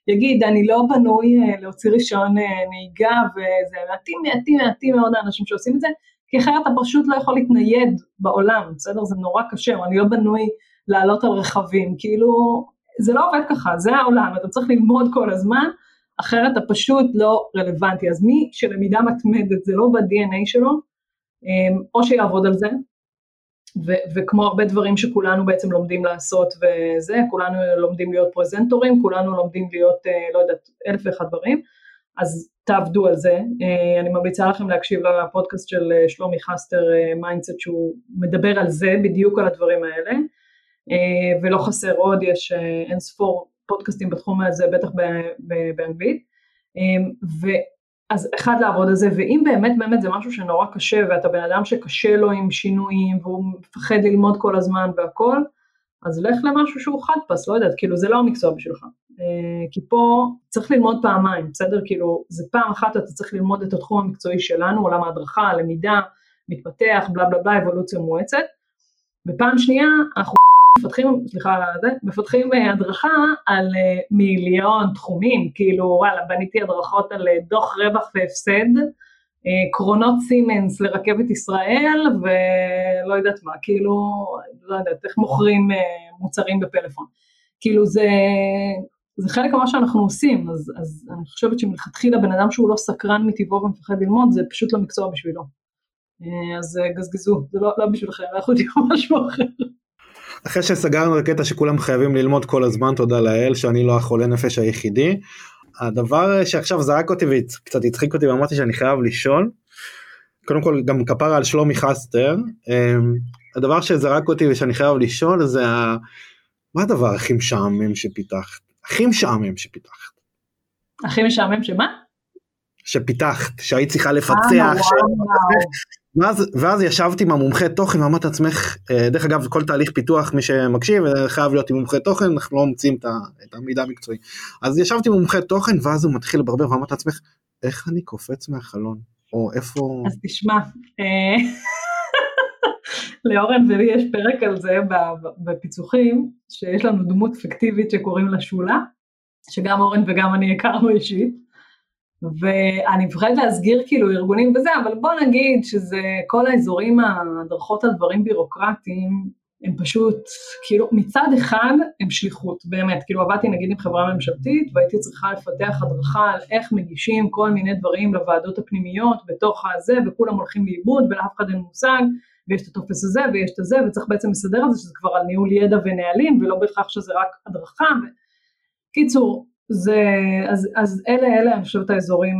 יגיד, אני לא בנוי להוציא רישיון נהיגה, וזה מעטים מאוד האנשים שעושים את זה, כי אחרת אתה פשוט לא יכול להתנייד בעולם, בסדר? זה נורא קשה, אני לא בנוי לעלות על רכבים, כאילו, זה לא עובד ככה, זה העולם, אתה צריך ללמוד כל הזמן, אחרת אתה פשוט לא רלוונטי, אז מי שלמידה מתמדת, זה לא ב-DNA שלו, או שיעבוד על זה, וכמו הרבה דברים שכולנו בעצם לומדים לעשות וזה, כולנו לומדים להיות פרזנטורים, כולנו לומדים להיות, לא יודעת, 1,001 דברים, אז תעבדו על זה. אני ממליצה לכם להקשיב לפודקאסט של שלומי חסטר, מיינדסט, שהוא מדבר על זה, בדיוק על הדברים האלה, ולא חסר עוד, יש אין ספור פודקאסטים בתחום הזה, בטח באנגלית, אז אחד לעבוד על זה, ואם באמת זה משהו שנורא קשה, ואתה בן אדם שקשה לו עם שינויים, והוא מפחד ללמוד כל הזמן והכל, אז לך למשהו שהוא חדפס, לא יודעת, כאילו זה לא המקצוע בשבילך, כי פה צריך ללמוד פעמיים, בסדר? כאילו זה פעם אחת אתה צריך ללמוד את התחום המקצועי שלנו, עולם ההדרכה, למידה, מתפתח, בלה בלה בלה, אבולוציה מואצת, ופעם שנייה אנחנו מפתחים הדרכה על מיליון תחומים, כאילו וואלה, בניתי הדרכות על דוח רווח והפסד, קרונות סימנס לרכבת ישראל, ולא יודעת מה, כאילו, לא יודעת, איך מוכרים מוצרים בפלאפון, כאילו זה חלק ממה שאנחנו עושים, אז אני חושבת שמלכתחילה בן אדם שהוא לא סקרן מטבעו ומפחד ללמוד, זה פשוט לא מקצוע בשבילו, אז גזגזו, זה לא בשבילכם, אנחנו יודעים משהו אחר. אחרי שסגרנו את הקטע שכולם חייבים ללמוד כל הזמן, תודה לאל שאני לא החולה נפש היחידי, הדבר שעכשיו זרק אותי וקצת הצחיק אותי ואמרתי שאני חייב לשאול, קודם כל גם כפרה על שלומי חסטר, הדבר שזרק אותי ושאני חייב לשאול זה מה הדבר הכי משעמם שפיתחת? הכי משעמם שפיתחת? הכי משעמם שמה? שפיתחת, שהיית צריכה לפצח, ואז ישבתי עם המומחה תוכן ואמרת עצמך, דרך אגב כל תהליך פיתוח מי שמקשיב חייב להיות עם מומחה תוכן, אנחנו לא מוצאים את המידע המקצועי, אז ישבתי עם מומחה תוכן ואז הוא מתחיל לברבר ואמרת לעצמך, איך אני קופץ מהחלון, או איפה... אז תשמע, לאורן ולי יש פרק על זה בפיצוחים, שיש לנו דמות פיקטיבית שקוראים לה שולה, שגם אורן וגם אני הכרנו אישית, ואני מפחדת להסגיר כאילו ארגונים וזה, אבל בוא נגיד שזה כל האזורים הדרכות על דברים בירוקרטיים, הם פשוט, כאילו מצד אחד הם שליחות, באמת, כאילו עבדתי נגיד עם חברה ממשלתית, והייתי צריכה לפתח הדרכה על איך מגישים כל מיני דברים לוועדות הפנימיות, בתוך הזה, וכולם הולכים לאיבוד, ולאף אחד אין מושג, ויש את הטופס הזה, ויש את זה, וצריך בעצם לסדר את זה, שזה כבר על ניהול ידע ונהלים, ולא בהכרח שזה רק הדרכה, קיצור, אז אלה אני חושבת האזורים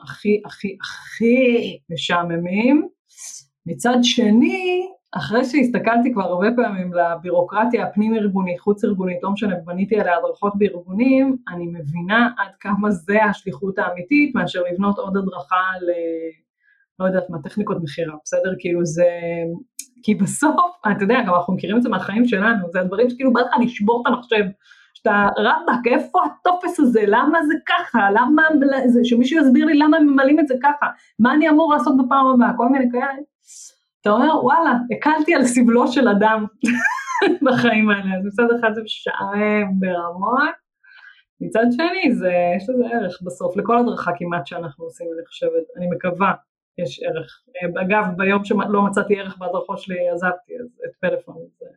הכי משעממים. מצד שני, אחרי שהסתכלתי כבר הרבה פעמים לבירוקרטיה הפנים ארגונית, חוץ ארגונית, לא משנה, בניתי עליה הדרכות בארגונים, אני מבינה עד כמה זה השליחות האמיתית, מאשר לבנות עוד הדרכה לא יודעת מה, טכניקות מחירה, בסדר? כאילו זה, כי בסוף, אתה יודע, גם אנחנו מכירים את זה מהחיים שלנו, זה הדברים שכאילו בא לך לשבור את המחשב, שאתה רבק, איפה הטופס הזה, למה זה ככה, למה, שמישהו יסביר לי למה ממלאים את זה ככה, מה אני אמור לעשות בפעם הבאה, כל מיני כאלה, אתה אומר, וואלה, הקלתי על סבלו של אדם בחיים האלה, אז מצד אחד זה משעמם ברמות, מצד שני, יש לזה ערך בסוף, לכל הדרכה כמעט שאנחנו עושים, אני חושבת, אני מקווה, יש ערך, אגב, ביום שלא מצאתי ערך בהדרכות שלי, עזבתי, אז את פלאפון,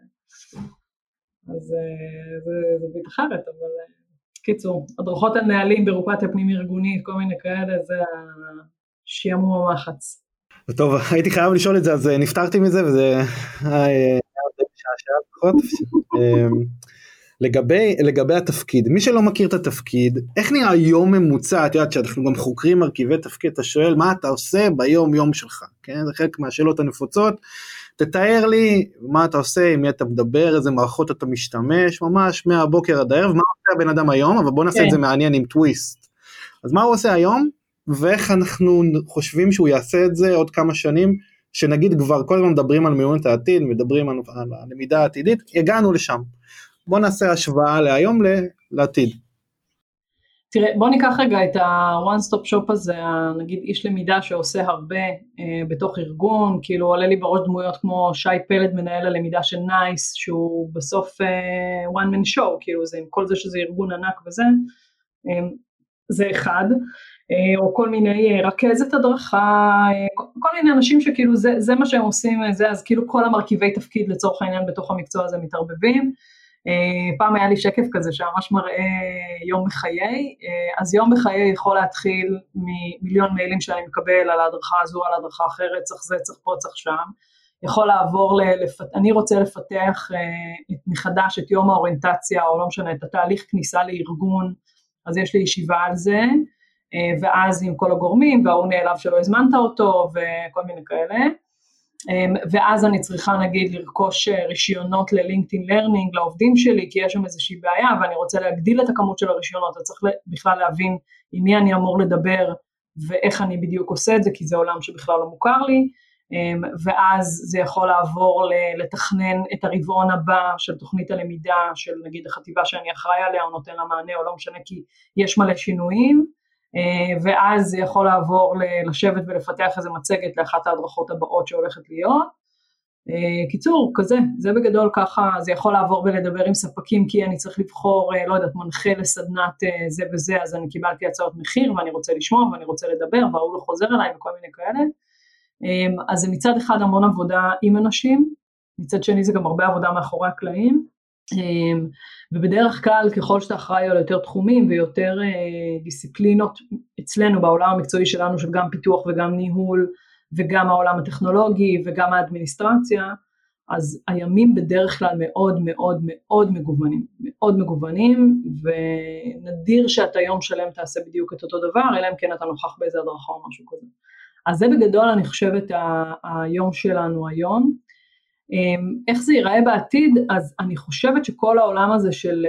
אז זה בית אחרת, אבל קיצור, הדרכות על נהלים, בירוקרטיה פנים ארגונית, כל מיני כאלה, זה שיעמום המחץ. טוב, הייתי חייב לשאול את זה, אז נפטרתי מזה, וזה היה שעה פחות. לגבי התפקיד, מי שלא מכיר את התפקיד, איך נראה יום ממוצע, את יודעת שאנחנו גם חוקרים מרכיבי תפקיד, אתה שואל מה אתה עושה ביום יום שלך, כן? זה חלק מהשאלות הנפוצות, תתאר לי מה אתה עושה, עם מי אתה מדבר, איזה מערכות אתה משתמש, ממש מהבוקר עד הערב, מה עושה הבן אדם היום, אבל בוא נעשה את זה מעניין עם טוויסט, אז מה הוא עושה היום, ואיך אנחנו חושבים שהוא יעשה את זה עוד כמה שנים, שנגיד כבר כל הזמן מדברים על מיומנות העתיד, מדברים על הלמידה העתידית, הגענו לשם, בוא נעשה השוואה להיום לעתיד. תראה, בוא ניקח רגע את ה-one stop shop הזה, נגיד איש למידה שעושה הרבה בתוך ארגון, כאילו עולה לי בראש דמויות כמו שי פלד, מנהל הלמידה של נייס, שהוא בסוף one man show, כאילו זה עם כל זה שזה ארגון ענק וזה, זה אחד, או כל מיני רכזת הדרכה, כל מיני אנשים שכאילו זה מה שהם עושים, אז כאילו כל המרכיבי תפקיד לצורך העניין בתוך המקצוע הזה מתערבבים. פעם היה לי שקף כזה שממש מראה יום בחיי, אז יום בחיי יכול להתחיל ממיליון מיילים שאני מקבל על ההדרכה הזו, על ההדרכה אחרת, צריך זה, צריך פה, צריך שם, יכול לעבור, אני רוצה לפתח מחדש את יום האוריינטציה, או לא משנה, את התהליך כניסה לארגון, אז יש לי ישיבה על זה, ואז עם כל הגורמים, והוא נעלב שלא הזמנת אותו, וכל מיני כאלה, ואז אני צריכה נגיד לרכוש רישיונות ללינקדאין לרנינג לעובדים שלי, כי יש שם איזושהי בעיה, ואני רוצה להגדיל את הכמות של הרישיונות, אז צריך בכלל להבין עם מי אני אמור לדבר, ואיך אני בדיוק עושה את זה, כי זה עולם שבכלל לא מוכר לי, ואז זה יכול לעבור לתכנן את הרבעון הבא של תוכנית הלמידה, של נגיד החטיבה שאני אחראי עליה, או נותן לה מענה, או לא משנה, כי יש מלא שינויים, ואז זה יכול לעבור לשבת ולפתח איזה מצגת לאחת ההדרכות הבאות שהולכת להיות. קיצור, כזה, זה בגדול ככה, זה יכול לעבור בלדבר עם ספקים, כי אני צריך לבחור, לא יודעת, מנחה לסדנת זה וזה, אז אני קיבלתי הצעות מחיר, ואני רוצה לשמוע, ואני רוצה לדבר, והוא לא חוזר אליי, וכל מיני כאלה. אז זה מצד אחד המון עבודה עם אנשים, מצד שני זה גם הרבה עבודה מאחורי הקלעים, ובדרך כלל ככל שאתה אחראי על יותר תחומים ויותר דיסציפלינות אצלנו בעולם המקצועי שלנו, של גם פיתוח וגם ניהול וגם העולם הטכנולוגי וגם האדמיניסטרציה, אז הימים בדרך כלל מאוד מאוד מאוד מגוונים, מאוד מגוונים, ונדיר שאתה יום שלם תעשה בדיוק את אותו דבר, אלא אם כן אתה נוכח באיזה הדרכה או משהו כזה. אז זה בגדול אני חושבת היום שלנו היום. איך זה ייראה בעתיד? אז אני חושבת שכל העולם הזה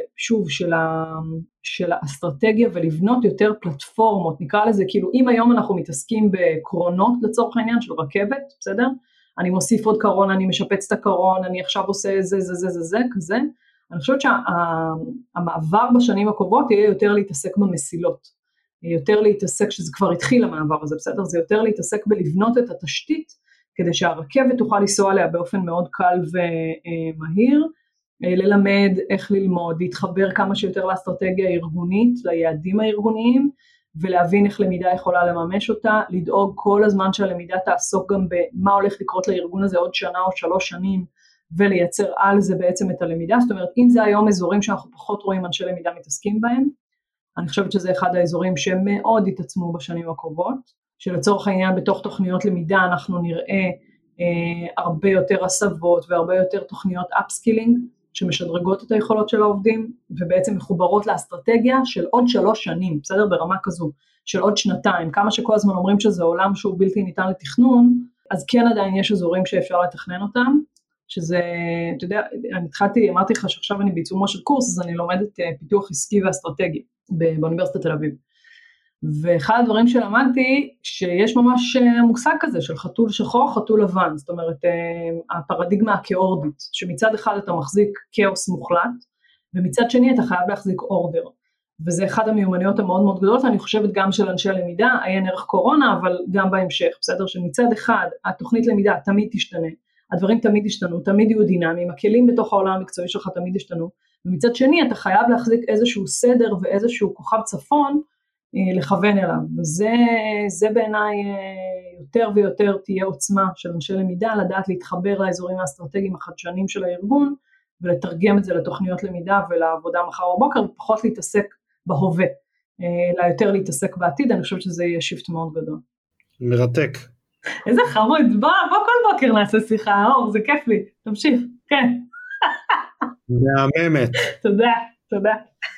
של האסטרטגיה ולבנות יותר פלטפורמות, נקרא לזה כאילו אם היום אנחנו מתעסקים בקרונות לצורך העניין של רכבת, בסדר? אני מוסיף עוד קרון, אני משפץ את הקרון, אני עכשיו עושה זה כזה, אני חושבת שהמעבר בשנים הקרובות יהיה יותר להתעסק במסילות, יותר להתעסק, שזה כבר התחיל המעבר הזה, בסדר? זה יותר להתעסק בלבנות את התשתית, כדי שהרכבת תוכל לנסוע עליה באופן מאוד קל ומהיר, ללמד איך ללמוד, להתחבר כמה שיותר לאסטרטגיה הארגונית, ליעדים הארגוניים, ולהבין איך למידה יכולה לממש אותה, לדאוג כל הזמן שהלמידה תעסוק גם במה הולך לקרות לארגון הזה עוד שנה או 3 שנים, ולייצר על זה בעצם את הלמידה, זאת אומרת, אם זה היום אזורים שאנחנו פחות רואים אנשי למידה מתעסקים בהם, אני חושבת שזה אחד האזורים שמאוד יתעצמו בשנים הקרובות, שלצורך העניין בתוך תוכניות למידה אנחנו נראה הרבה יותר הסבות והרבה יותר תוכניות אפסקילינג שמשדרגות את היכולות של העובדים ובעצם מחוברות לאסטרטגיה של עוד 3 שנים, בסדר? ברמה כזו, של עוד 2 כמה שכל הזמן אומרים שזה עולם שהוא בלתי ניתן לתכנון, אז כן עדיין יש אזורים שאפשר לתכנן אותם, שזה, אתה יודע, אמרתי לך שעכשיו אני בעיצומו של קורס, אז אני לומדת פיתוח עסקי ואסטרטגי באוניברסיטת תל אביב. ואחד הדברים שלמדתי, שיש ממש מושג כזה של חתול שחור, חתול לבן, זאת אומרת, הפרדיגמה הכאורדית, שמצד אחד אתה מחזיק כאוס מוחלט, ומצד שני אתה חייב להחזיק אורדר, וזה אחד המיומנויות המאוד מאוד גדולות, אני חושבת גם של אנשי למידה, עיין ערך קורונה, אבל גם בהמשך, בסדר? שמצד אחד, התוכנית למידה תמיד תשתנה, הדברים תמיד ישתנו, תמיד יהיו דינמיים, הכלים בתוך העולם המקצועי שלך תמיד ישתנו, ומצד שני אתה חייב להחזיק איזשהו סדר ואיזשהו כוכב צפון, לכוון אליו, וזה בעיניי יותר ויותר תהיה עוצמה של אנשי למידה, לדעת להתחבר לאזורים האסטרטגיים החדשנים של הארגון, ולתרגם את זה לתוכניות למידה ולעבודה מחר בבוקר, ופחות להתעסק בהווה, אלא יותר להתעסק בעתיד, אני חושבת שזה יהיה שיפט מאוד גדול. מרתק. איזה חמוד, בוא כל בוקר נעשה שיחה, אור, זה כיף לי, תמשיך, כן. מהממת. תודה.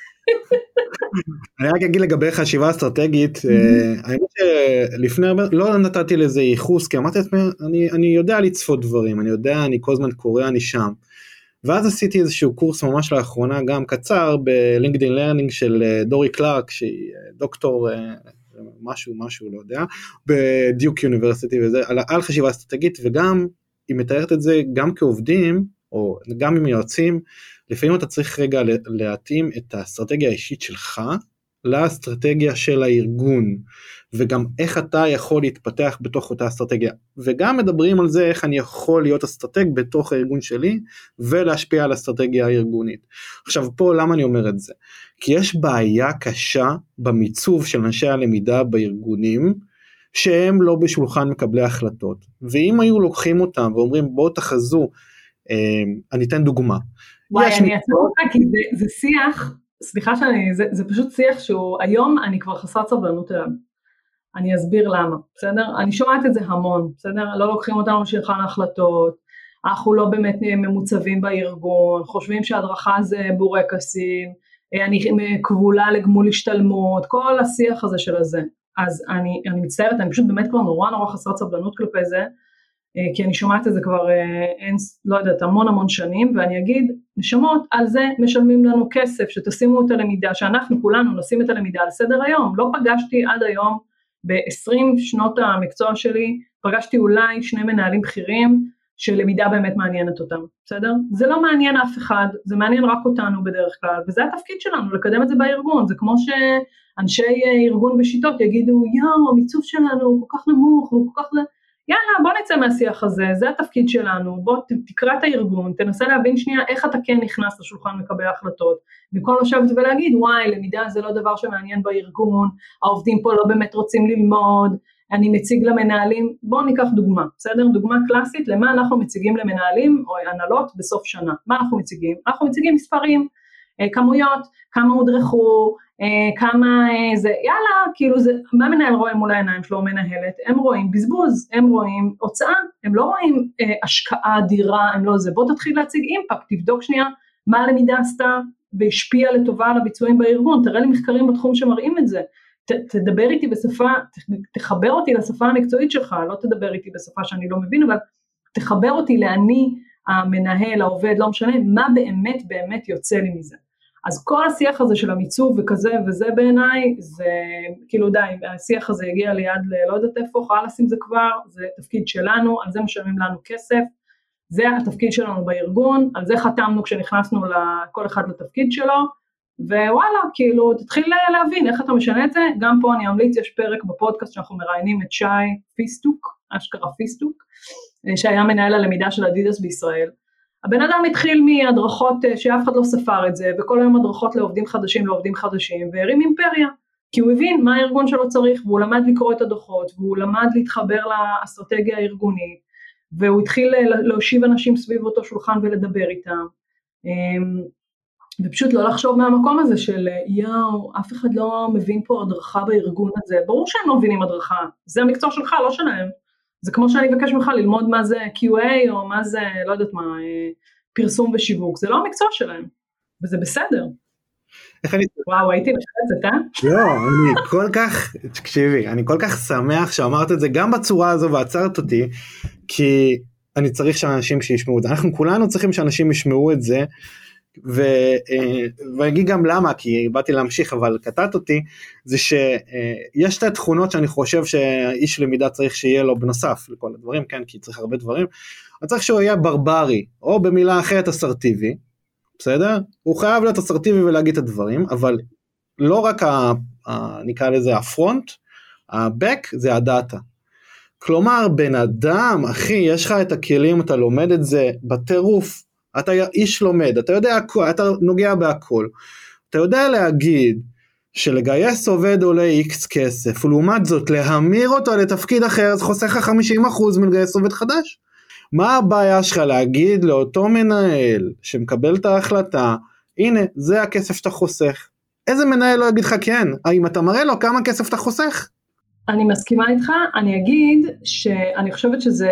אני רק אגיד לגבי חשיבה אסטרטגית, האמת שלפני הרבה, לא נתתי לזה ייחוס, כי אמרתי לעצמי, אני יודע לצפות דברים, אני כל הזמן קורא, אני שם, ואז עשיתי איזשהו קורס ממש לאחרונה, גם קצר, בלינקדאין לרנינג של דורי קלארק, שהיא דוקטור, משהו, לא יודע, בדיוק יוניברסיטי וזה, על חשיבה אסטרטגית, וגם, היא מתארת את זה גם כעובדים, או גם עם יועצים, לפעמים אתה צריך רגע להתאים את האסטרטגיה האישית שלך לאסטרטגיה של הארגון, וגם איך אתה יכול להתפתח בתוך אותה אסטרטגיה, וגם מדברים על זה איך אני יכול להיות אסטרטג בתוך הארגון שלי, ולהשפיע על האסטרטגיה הארגונית. עכשיו פה למה אני אומר את זה? כי יש בעיה קשה במיצוב של אנשי הלמידה בארגונים, שהם לא בשולחן מקבלי החלטות, ואם היו לוקחים אותם ואומרים בואו תחזו, אני אתן דוגמה. וואי, אני אעצור אותך כי זה שיח, סליחה זה פשוט שיח שהוא, היום אני כבר חסרת סבלנות אליו, אני אסביר למה, בסדר? אני שומעת את זה המון, בסדר? לא לוקחים אותנו לשולחן ההחלטות, אנחנו לא באמת ממוצבים בארגון, חושבים שהדרכה זה בורקסים, אני כבולה לגמול השתלמות, כל השיח הזה של הזה. אז אני מצטערת, אני פשוט באמת כבר נורא חסרת סבלנות כלפי זה, כי אני שומעת את זה כבר, לא יודעת, המון שנים, ואני אגיד, נשמות, על זה משלמים לנו כסף, שתשימו את הלמידה, שאנחנו כולנו נשים את הלמידה על סדר היום. לא פגשתי עד היום, ב-20 שנות המקצוע שלי, פגשתי אולי 2 מנהלים בכירים, שלמידה באמת מעניינת אותם, בסדר? זה לא מעניין אף אחד, זה מעניין רק אותנו בדרך כלל, וזה התפקיד שלנו, לקדם את זה בארגון. זה כמו שאנשי ארגון בשיטות יגידו, המיצוב שלנו הוא כל כך נמוך, והוא כל כך זה, יאללה, בוא נצא מהשיח הזה, זה התפקיד שלנו, בוא תקרא את הארגון, תנסה להבין שנייה איך אתה כן נכנס לשולחן מקבל ההחלטות, במקום לשבת ולהגיד, וואי, למידה זה לא דבר שמעניין בארגון, העובדים פה לא באמת רוצים ללמוד, אני מציג למנהלים, בואו ניקח דוגמה, בסדר? דוגמה קלאסית, למה אנחנו מציגים למנהלים או הנהלות בסוף שנה, מה אנחנו מציגים? אנחנו מציגים מספרים, כמויות, כמה הודרכו, כמה זה, יאללה, כאילו זה, מה מנהל רואה מול העיניים שלו, מנהלת, הם רואים בזבוז, הם רואים הוצאה, הם לא רואים השקעה אדירה, הם לא זה, בוא תתחיל להציג אימפקט, תבדוק שנייה, מה הלמידה עשתה, והשפיע לטובה על הביצועים בארגון, תראה לי מחקרים בתחום שמראים את זה, תדבר איתי בשפה, תחבר אותי לשפה המקצועית שלך, לא תדבר איתי בשפה שאני לא מבין, אבל תחבר אותי לעני, המנהל, העובד, לא משנה, מה באמת יוצא לי מזה. אז כל השיח הזה של המיצוב וכזה, וזה בעיניי, זה כאילו די, השיח הזה הגיע ליד לא יודעת איפה, חלאס עם זה כבר, זה תפקיד שלנו, על זה משלמים לנו כסף, זה התפקיד שלנו בארגון, על זה חתמנו כשנכנסנו לכל אחד לתפקיד שלו, ווואלה, כאילו תתחיל להבין איך אתה משנה את זה, גם פה אני אמליץ, יש פרק בפודקאסט שאנחנו מראיינים את שי פיסטוק, אשכרה פיסטוק, שהיה מנהל הלמידה של אדידס בישראל, הבן אדם התחיל מהדרכות שאף אחד לא ספר את זה, וכל היום הדרכות לעובדים חדשים, והרים אימפריה, כי הוא הבין מה הארגון שלו צריך, והוא למד לקרוא את הדוחות, והוא למד להתחבר לאסטרטגיה הארגונית, והוא התחיל להושיב אנשים סביב אותו שולחן ולדבר איתם, ופשוט לא לחשוב מהמקום הזה של אף אחד לא מבין פה הדרכה בארגון הזה, ברור שהם לא מבינים הדרכה, זה המקצוע שלך, לא שלהם, זה כמו שאני אבקש ממך ללמוד מה זה QA, או מה זה, לא יודעת מה, פרסום ושיווק, זה לא המקצוע שלהם, וזה בסדר. וואו, הייתי נחלצת, לא, אני כל כך, תקשיבי, אני כל כך שמח שאמרת את זה, גם בצורה הזו ועצרת אותי, כי אני צריך שאנשים שישמעו את זה, אנחנו כולנו צריכים שאנשים ישמעו את זה, ואני אגיד גם למה, כי באתי להמשיך אבל קטעת אותי, זה שיש את התכונות שאני חושב שאיש למידה צריך שיהיה לו בנוסף לכל הדברים, כן, כי צריך הרבה דברים, אני צריך שהוא יהיה ברברי, או במילה אחרת אסרטיבי, בסדר? הוא חייב להיות אסרטיבי ולהגיד את הדברים, אבל לא רק נקרא לזה הפרונט, הבק זה הדאטה, כלומר בן אדם, אחי, יש לך את הכלים, אתה לומד את זה בטירוף, אתה איש לומד, אתה יודע, אתה נוגע בהכל, אתה יודע להגיד שלגייס עובד עולה X כסף, ולעומת זאת להמיר אותו לתפקיד אחר, אז חוסך לך 50% מלגייס עובד חדש. מה הבעיה שלך להגיד לאותו מנהל שמקבל את ההחלטה, הנה, זה הכסף שאתה חוסך. איזה מנהל לא יגיד לך כן? האם אתה מראה לו כמה כסף אתה חוסך? אני מסכימה איתך, אני אגיד שאני חושבת שזה,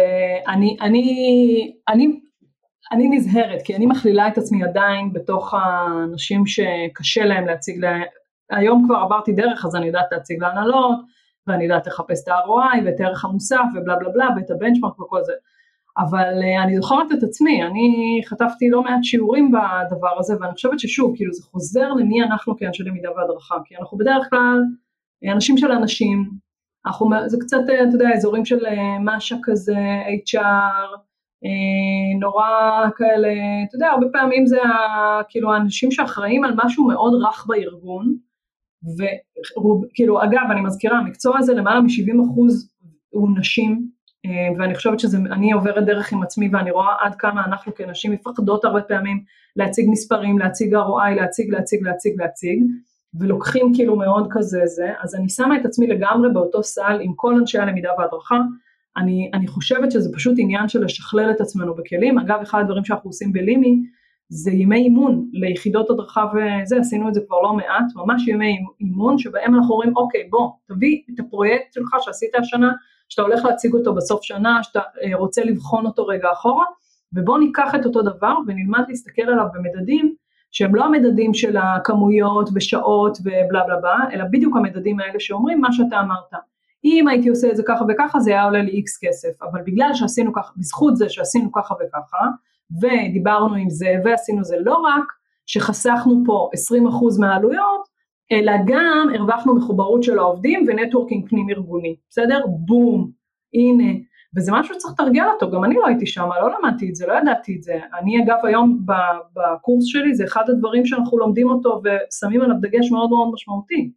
אני נזהרת, כי אני מכלילה את עצמי עדיין בתוך האנשים שקשה להם להציג, היום כבר עברתי דרך, אז אני יודעת להציג להנהלות, ואני יודעת לחפש את ה-ROI, ואת הערך המוסף, ובלה בלה בלה, ואת הבנצ'מרק וכל זה, אבל אני זוכרת את עצמי, אני חטפתי לא מעט שיעורים בדבר הזה, ואני חושבת ששוב, כאילו זה חוזר למי אנחנו כאנשי למידה והדרכה, כי אנחנו בדרך כלל אנשים של אנשים, זה קצת, אתה יודע, אזורים של משהו כזה, HR, נורא כאלה, אתה יודע, הרבה פעמים זה כאילו האנשים שאחראים על משהו מאוד רך בארגון, וכאילו אגב אני מזכירה, המקצוע הזה למעלה מ-70% הוא נשים, ואני חושבת אני עוברת דרך עם עצמי, ואני רואה עד כמה אנחנו כנשים מפחדות הרבה פעמים להציג מספרים, להציג ROI, להציג, ולוקחים כאילו מאוד כזה זה, אז אני שמה את עצמי לגמרי באותו סל עם כל אנשי הלמידה וההדרכה, אני חושבת שזה פשוט עניין של לשכלל את עצמנו בכלים, אגב אחד הדברים שאנחנו עושים בלימי, זה ימי אימון ליחידות הדרכה וזה, עשינו את זה כבר לא מעט, ממש ימי אימון שבהם אנחנו אומרים, אוקיי בוא, תביא את הפרויקט שלך שעשית השנה, שאתה הולך להציג אותו בסוף שנה, שאתה רוצה לבחון אותו רגע אחורה, ובוא ניקח את אותו דבר ונלמד להסתכל עליו במדדים, שהם לא המדדים של הכמויות ושעות ובלה בלה בלה, אלא בדיוק המדדים האלה שאומרים מה שאתה אמרת, אם הייתי עושה את זה ככה וככה, זה היה עולה לי X כסף, אבל בגלל שעשינו ככה, בזכות זה שעשינו ככה וככה, ודיברנו עם זה ועשינו זה, לא רק שחסכנו פה 20% מהעלויות, אלא גם הרווחנו מחוברות של העובדים ונטוורקינג פנים ארגוני, בסדר? בום, הנה, וזה משהו שצריך לתרגל אותו, גם אני לא הייתי שם, לא למדתי את זה, לא ידעתי את זה, אני אגב היום בקורס שלי, זה אחד הדברים שאנחנו לומדים אותו ושמים עליו דגש מאוד מאוד משמעותי,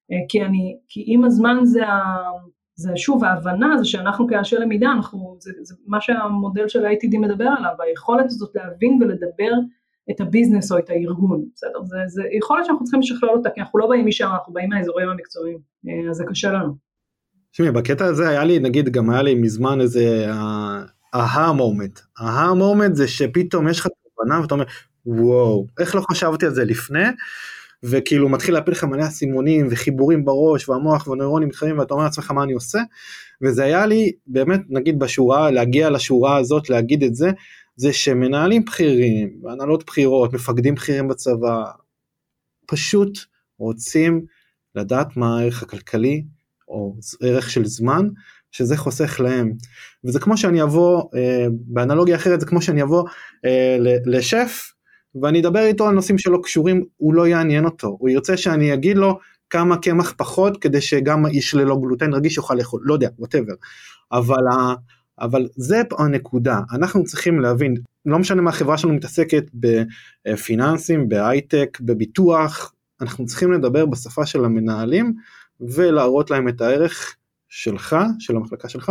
כי עם הזמן זה שוב, ההבנה זה שאנחנו כאנשי למידה, זה מה שהמודל של ה-ATD מדבר עליו, היכולת הזאת להבין ולדבר את הביזנס או את הארגון, בסדר? זה יכולת שאנחנו צריכים לשכלל אותה, כי אנחנו לא באים משם, אנחנו באים מהאזורים המקצועיים, אז זה קשה לנו. תשמעי, בקטע הזה היה לי, נגיד, גם היה לי מזמן איזה ההה-מומנט. ההה-מומנט זה שפתאום יש לך תובנה, ואתה אומר, וואו, איך לא חשבתי על זה לפני? וכאילו מתחיל להפיל לך מלא סימונים וחיבורים בראש והמוח והנוירונים מתחברים ואתה אומר לעצמך מה אני עושה, וזה היה לי באמת נגיד בשורה, להגיע לשורה הזאת, להגיד את זה, זה שמנהלים בכירים, הנהלות בחירות, מפקדים בכירים בצבא, פשוט רוצים לדעת מה הערך הכלכלי או ערך של זמן, שזה חוסך להם, וזה כמו שאני אבוא, באנלוגיה אחרת זה כמו שאני אבוא לשף, ואני אדבר איתו על נושאים שלא קשורים, הוא לא יעניין אותו, הוא ירצה שאני אגיד לו כמה קמח פחות, כדי שגם איש ללא גלוטן רגיש יוכל לאכול, לא יודע, whatever, אבל זה הנקודה, אנחנו צריכים להבין, לא משנה מה החברה שלנו מתעסקת בפיננסים, בהייטק, בביטוח, אנחנו צריכים לדבר בשפה של המנהלים, ולהראות להם את הערך שלך, של המחלקה שלך,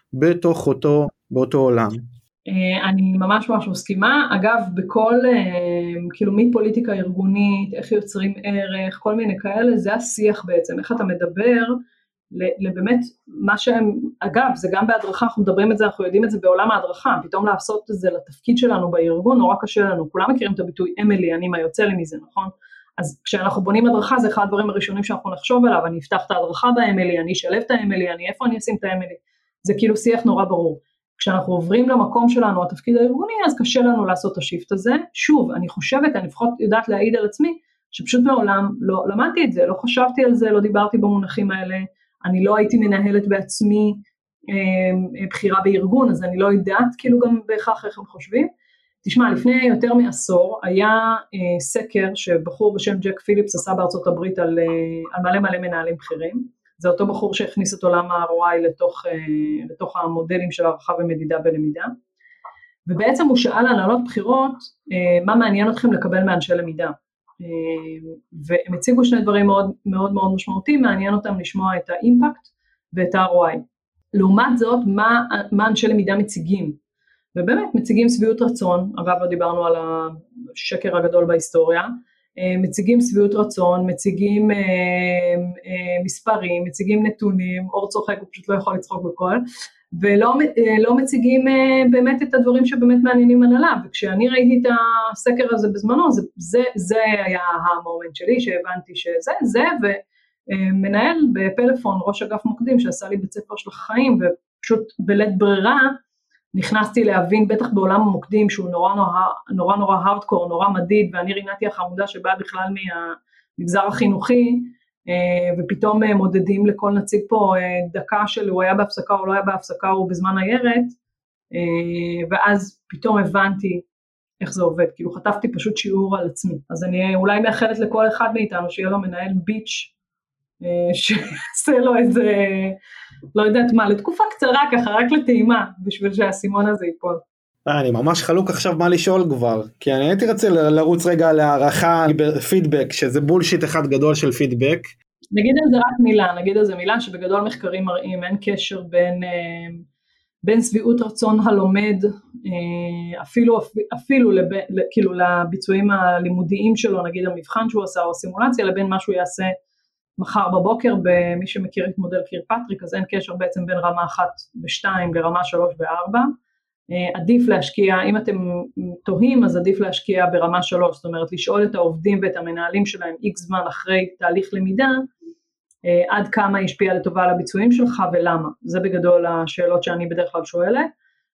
באותו עולם. אני ממש מסכימה, אגב בכל, כאילו מפוליטיקה ארגונית, איך יוצרים ערך, כל מיני כאלה, זה השיח בעצם, איך אתה מדבר, לבאמת מה שהם, אגב זה גם בהדרכה, אנחנו מדברים את זה, אנחנו יודעים את זה בעולם ההדרכה, פתאום לעשות את זה לתפקיד שלנו בארגון, נורא קשה לנו, כולם מכירים את הביטוי אמילי, אני מה יוצא לי מזה, נכון? אז כשאנחנו בונים הדרכה, זה אחד הדברים הראשונים שאנחנו נחשוב עליו, אני אפתח את ההדרכה באמילי, אני אשלב את האמילי, איפה אני אשים את האמילי, זה כאילו שיח נורא ברור. כשאנחנו עוברים למקום שלנו, התפקיד הארגוני, אז קשה לנו לעשות את השיפט הזה. שוב, אני חושבת, אני לפחות יודעת להעיד על עצמי, שפשוט מעולם לא למדתי את זה, לא חשבתי על זה, לא דיברתי במונחים האלה, אני לא הייתי מנהלת בעצמי בחירה בארגון, אז אני לא יודעת כאילו גם בהכרח איך הם חושבים. תשמע, לפני יותר מעשור, היה סקר שבחור בשם ג'ק פיליפס עשה בארצות הברית על מלא מנהלים בכירים, זה אותו בחור שהכניס את עולם ה-ROI לתוך המודלים של הערכה ומדידה בלמידה, ובעצם הוא שאל הנהלות בחירות, מה מעניין אתכם לקבל מאנשי למידה, והם הציגו שני דברים מאוד מאוד מאוד משמעותיים, מעניין אותם לשמוע את האימפקט ואת ה-ROI, לעומת זאת מה אנשי למידה מציגים, ובאמת מציגים שביעות רצון, אגב דיברנו על השקר הגדול בהיסטוריה, מציגים שביעות רצון, מציגים מספרים, מציגים נתונים, אור צוחק, הוא פשוט לא יכול לצחוק בכל, ולא מציגים באמת את הדברים שבאמת מעניינים הנהלה, וכשאני ראיתי את הסקר הזה בזמנו, זה היה המומנט שלי, שהבנתי שזה, ומנהל בפלאפון, ראש אגף מוקדים, שעשה לי בית ספר של החיים, ופשוט בלית ברירה, נכנסתי להבין בטח בעולם המוקדים שהוא נורא הארדקור, נורא מדיד, ואני רינתי החמודה שבאה בכלל מהמגזר החינוכי, ופתאום מודדים לכל נציג פה דקה של הוא היה בהפסקה או לא היה בהפסקה, הוא בזמן הירת, ואז פתאום הבנתי איך זה עובד, כאילו חטפתי פשוט שיעור על עצמי, אז אני אולי מאחלת לכל אחד מאיתנו שיהיה לו מנהל ביץ', שעשה לו איזה, לא יודעת מה, לתקופה קצרה ככה, רק לטעימה, בשביל שהסימון הזה ייפול. אני ממש חלוק עכשיו מה לשאול כבר, כי אני הייתי רוצה לרוץ רגע להערכה פידבק, שזה בולשיט אחד גדול של פידבק, נגיד על זה רק מילה, נגיד על זה מילה שבגדול מחקרים מראים, אין קשר בין שביעות רצון הלומד, אפילו כאילו לביצועים הלימודיים שלו, נגיד המבחן שהוא עשה או סימולציה, לבין מה שהוא יעשה מחר בבוקר, במי שמכיר את מודל קירפטריק, אז אין קשר בעצם בין רמה 1 ו-2 לרמה 3 ו-4, עדיף להשקיע, אם אתם תוהים, אז עדיף להשקיע ברמה 3, זאת אומרת, לשאול את העובדים ואת המנהלים שלהם X זמן אחרי תהליך למידה, עד כמה השפיע לטובה על הביצועים שלך ולמה, זה בגדול השאלות שאני בדרך כלל שואלת,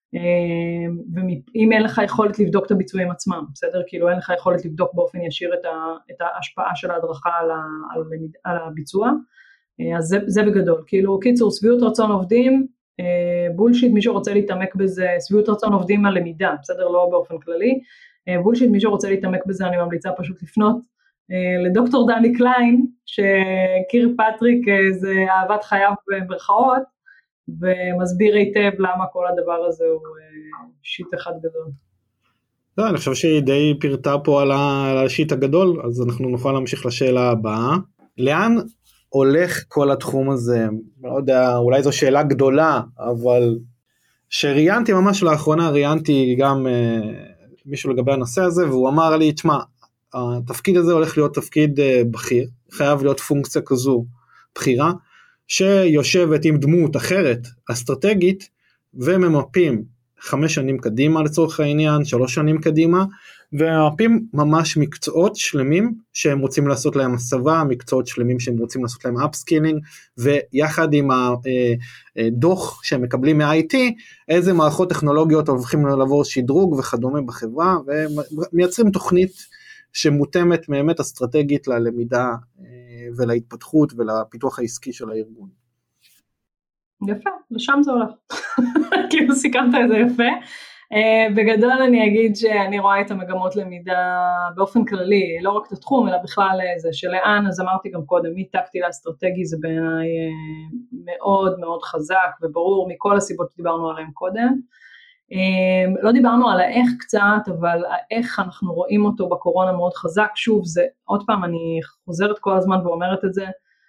ואם אין לך יכולת לבדוק את הביצועים עצמם, בסדר? כאילו אין לך יכולת לבדוק באופן ישיר את ההשפעה של ההדרכה על הביצוע, אז זה בגדול, כאילו קיצור, שביעות רצון עובדים, בולשיט, מי שרוצה להתעמק בזה, שביעות רצון עובדים על למידה, בסדר? לא באופן כללי, בולשיט, מי שרוצה להתעמק בזה, אני ממליצה פשוט לפנות לדוקטור דני קליין, שקירפטריק זה אהבת חייו במרכאות, ומסביר היטב למה כל הדבר הזה הוא שיט אחד גדול. לא, אני חושב שהיא די פירטה פה על השיט הגדול, אז אנחנו נוכל להמשיך לשאלה הבאה. לאן הולך כל התחום הזה? לא יודע, אולי זו שאלה גדולה, אבל שראיינתי ממש לאחרונה, ראיינתי גם מישהו לגבי הנושא הזה, והוא אמר לי, תשמע, התפקיד הזה הולך להיות תפקיד בכיר, חייב להיות פונקציה כזו בחירה, שיושבת עם דמות אחרת, אסטרטגית, וממפים 5 שנים קדימה לצורך העניין, 3 שנים קדימה, וממפים ממש מקצועות שלמים, שהם רוצים לעשות להם הסבה, מקצועות שלמים שהם רוצים לעשות להם אפסקילינג, ויחד עם הדוח שהם מקבלים מ-IT, איזה מערכות טכנולוגיות הולכים לעבור שדרוג וכדומה בחברה, ומייצרים תוכנית שמותאמת באמת אסטרטגית ללמידה ולהתפתחות ולפיתוח העסקי של הארגון. יפה, לשם זה הולך. כאילו סיכמת את זה יפה. בגדול אני אגיד שאני רואה את המגמות למידה באופן כללי, לא רק את התחום, אלא בכלל זה שלאן, אז אמרתי גם קודם, מטקטי לאסטרטגי זה בעיניי מאוד מאוד חזק וברור מכל הסיבות שדיברנו עליהן קודם. לא דיברנו על האיך קצת, אבל האיך אנחנו רואים אותו בקורונה מאוד חזק, שוב, זה עוד פעם אני חוזרת כל הזמן ואומרת את זה,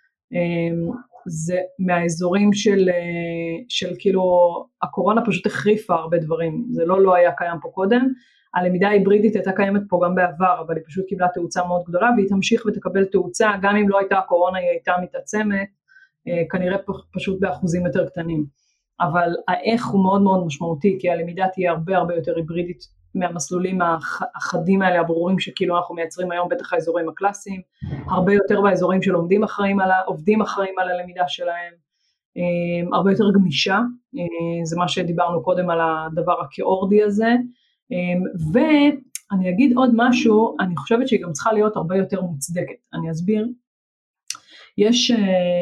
זה מהאזורים של כאילו, הקורונה פשוט החריפה הרבה דברים, זה לא היה קיים פה קודם, הלמידה ההיברידית הייתה קיימת פה גם בעבר, אבל היא פשוט קיבלה תאוצה מאוד גדולה, והיא תמשיך ותקבל תאוצה, גם אם לא הייתה הקורונה היא הייתה מתעצמת, כנראה פשוט באחוזים יותר קטנים, אבל האיך הוא מאוד מאוד משמעותי, כי הלמידה תהיה הרבה הרבה יותר היברידית, מהמסלולים החדים האלה, הברורים שכאילו אנחנו מייצרים היום, בטח האזורים הקלאסיים, הרבה יותר באזורים של עובדים אחראים על הלמידה שלהם, הרבה יותר גמישה, זה מה שדיברנו קודם על הדבר הכאורדי הזה, ואני אגיד עוד משהו, אני חושבת שהיא גם צריכה להיות הרבה יותר מוצדקת, אני אסביר, יש,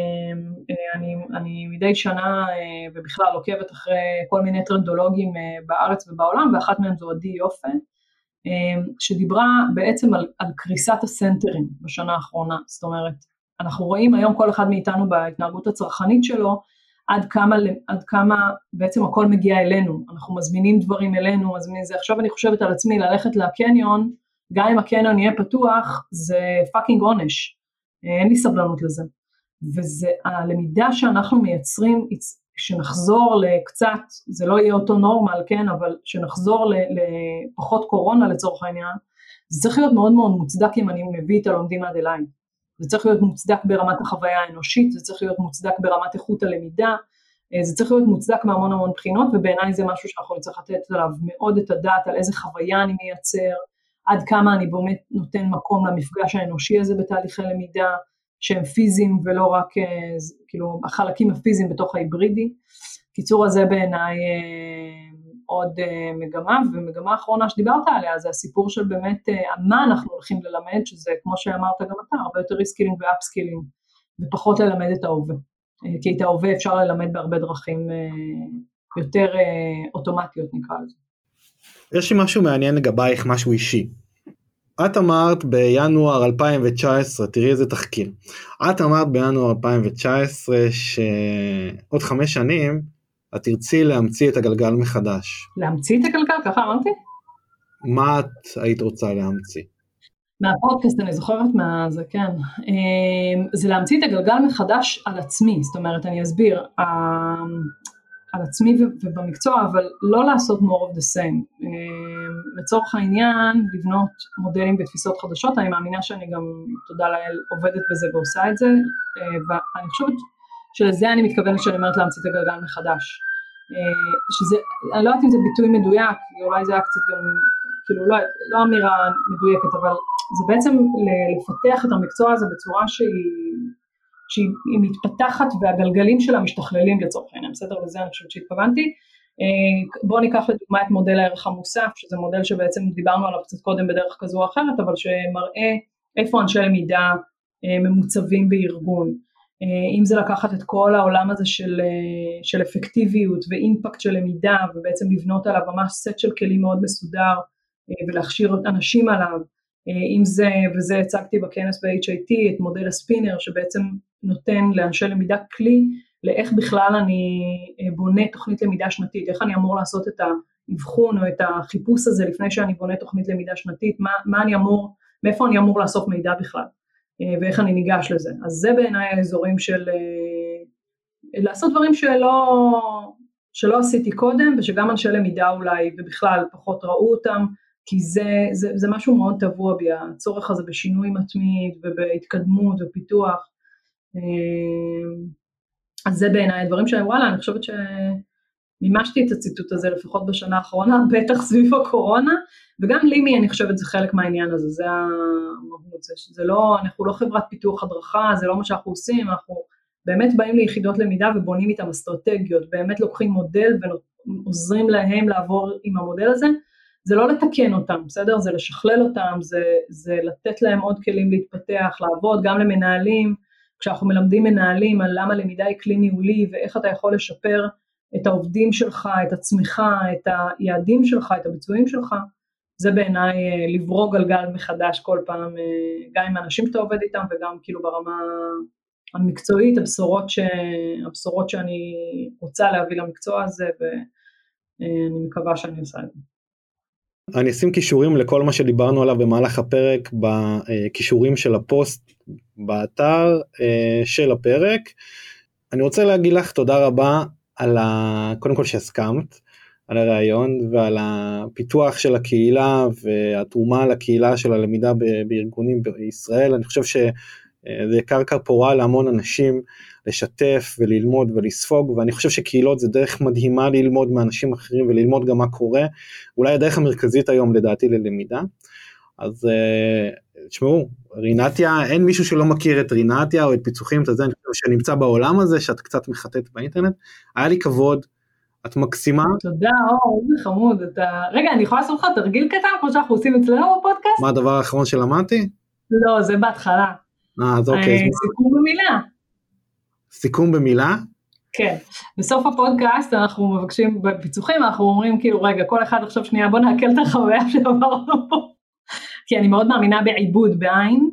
אני מדי שנה ובכלל עוקבת אחרי כל מיני טרנדולוגים בארץ ובעולם, ואחת מהם זו עדי יופה, שדיברה בעצם על קריסת הסנטרים בשנה האחרונה, זאת אומרת, אנחנו רואים היום כל אחד מאיתנו בהתנהגות הצרכנית שלו, עד כמה בעצם הכל מגיע אלינו, אנחנו מזמינים דברים אלינו, עכשיו אני חושבת על עצמי ללכת לקניון, גם אם הקניון יהיה פתוח, זה פאקינג עונש, אין לי סבלנות לזה, וזה הלמידה שאנחנו מייצרים, שנחזור לקצת, זה לא יהיה אותו נורמל, כן, אבל שנחזור לפחות קורונה לצורך העניין, זה צריך להיות מאוד מאוד מוצדק אם אני מביא את הלומדים עד אליי, זה צריך להיות מוצדק ברמת החוויה האנושית, זה צריך להיות מוצדק ברמת איכות הלמידה, זה צריך להיות מוצדק מהמון המון בחינות, ובעיניי זה משהו שאנחנו נצטרך לתת עליו מאוד את הדעת, על איזה חוויה אני מייצר, עד כמה אני באמת נותן מקום למפגש האנושי הזה בתהליכי למידה, שהם פיזיים ולא רק, כאילו, החלקים הפיזיים בתוך ההיברידי. קיצור הזה בעיניי עוד מגמה, ומגמה האחרונה שדיברת עליה, זה הסיפור של באמת, מה אנחנו הולכים ללמד, שזה כמו שאמרת גם אתה, הרבה יותר ריסקילינג ואפסקילינג, ופחות ללמד את ההווה. כי את ההווה אפשר ללמד בהרבה דרכים יותר אוטומטיות נקרא לזה. יש לי משהו מעניין לגבייך, משהו אישי. את אמרת בינואר 2019, תראי איזה תחקיר, את אמרת בינואר 2019 שעוד 5 שנים את תרצי להמציא את הגלגל מחדש. להמציא את הגלגל? ככה אמרתי? מה את היית רוצה להמציא? מהפודקאסט אני זוכרת זה כן, זה להמציא את הגלגל מחדש על עצמי, זאת אומרת אני אסביר, על עצמי ובמקצוע, אבל לא לעשות more of the same, לצורך העניין לבנות מודלים ותפיסות חדשות, אני מאמינה שאני גם, תודה לאל, עובדת בזה ועושה את זה, ואני חושבת שלזה אני מתכוונת שאני אומרת להמציא את הגלגל מחדש, שזה, אני לא יודעת אם זה ביטוי מדויק, אולי זה היה קצת גם, כאילו לא אמירה מדויקת, אבל זה בעצם לפתח את המקצוע הזה בצורה שהיא מתפתחת והגלגלים שלה משתכללים לצורך העניין, בסדר? לזה אני חושבת שהתכוונתי. בואו ניקח לדוגמה את מודל הערך המוסף, שזה מודל שבעצם דיברנו עליו קצת קודם בדרך כזו או אחרת, אבל שמראה איפה אנשי למידה ממוצבים בארגון. אם זה לקחת את כל העולם הזה של אפקטיביות ואימפקט של למידה, ובעצם לבנות עליו ממש סט של כלים מאוד מסודר, ולהכשיר אנשים עליו, אם זה, וזה הצגתי בכנס ב-HIT, את מודל הספינר, שבעצם נותן לאנשי למידה כלי, לאיך בכלל אני בונה תוכנית למידה שנתית, איך אני אמור לעשות את האבחון, או את החיפוש הזה, לפני שאני בונה תוכנית למידה שנתית, מאיפה אני אמור לאסוף מידע בכלל, ואיך אני ניגש לזה. אז זה בעיניי האזורים של, לעשות דברים שלא עשיתי קודם, ושגם אנשי למידה אולי, ובכלל פחות ראו אותם, כי זה משהו מאוד טבוע בי, הצורך הזה בשינוי מתמיד ובהתקדמות ופיתוח, אז זה בעיניי הדברים וואלה, אני חושבת שמימשתי את הציטוט הזה לפחות בשנה האחרונה, בטח סביב הקורונה, וגם לימי אני חושבת זה חלק מהעניין הזה, זה המהות, זה לא, אנחנו לא חברת פיתוח הדרכה, זה לא מה שאנחנו עושים, אנחנו באמת באים ליחידות למידה ובונים איתם אסטרטגיות, באמת לוקחים מודל ועוזרים להם לעבור עם המודל הזה, זה לא לתקן אותם, בסדר? זה לשכלל אותם, זה לתת להם עוד כלים להתפתח, לעבוד גם למנהלים, כשאנחנו מלמדים מנהלים על למה למידה היא כלי ניהולי, ואיך אתה יכול לשפר את העובדים שלך, את עצמך, את היעדים שלך, את הביצועים שלך, זה בעיניי לברוא גלגל מחדש כל פעם, גם עם האנשים שאתה עובד איתם, וגם כאילו ברמה המקצועית, הבשורות שאני רוצה להביא למקצוע הזה, ואני מקווה שאני עושה את זה. אני אשים קישורים לכל מה שדיברנו עליו במהלך הפרק, בקישורים של הפוסט באתר של הפרק. אני רוצה להגיד לך תודה רבה קודם כל שהסכמת, על הרעיון ועל הפיתוח של הקהילה והתרומה לקהילה של הלמידה בארגונים בישראל. אני חושב שזה קרקע פורה להמון אנשים לשתף וללמוד ולספוג, ואני חושב שקהילות זה דרך מדהימה ללמוד מאנשים אחרים וללמוד גם מה קורה, אולי הדרך המרכזית היום לדעתי ללמידה. אז תשמעו, רינתיה, אין מישהו שלא מכיר את רינתיה או את פיצוחים, את זה אני חושב שנמצא בעולם הזה, שאת קצת מחטאת באינטרנט, היה לי כבוד, את מקסימה. תודה, איזה חמוד, רגע, אני יכולה לעשות לך תרגיל קטן, כמו שאנחנו עושים אצלנו בפודקאסט? מה הדבר האחרון שלמדתי? לא, זה בהתחלה. אז אוקיי. סיכום במילה. סיכום במילה? כן, בסוף הפודקאסט אנחנו מבקשים בפיצוחים, אנחנו אומרים כאילו רגע, כל אחד עכשיו שנייה בוא נעכל את החוויה שעברנו פה, כי אני מאוד מאמינה בעיבוד בעין,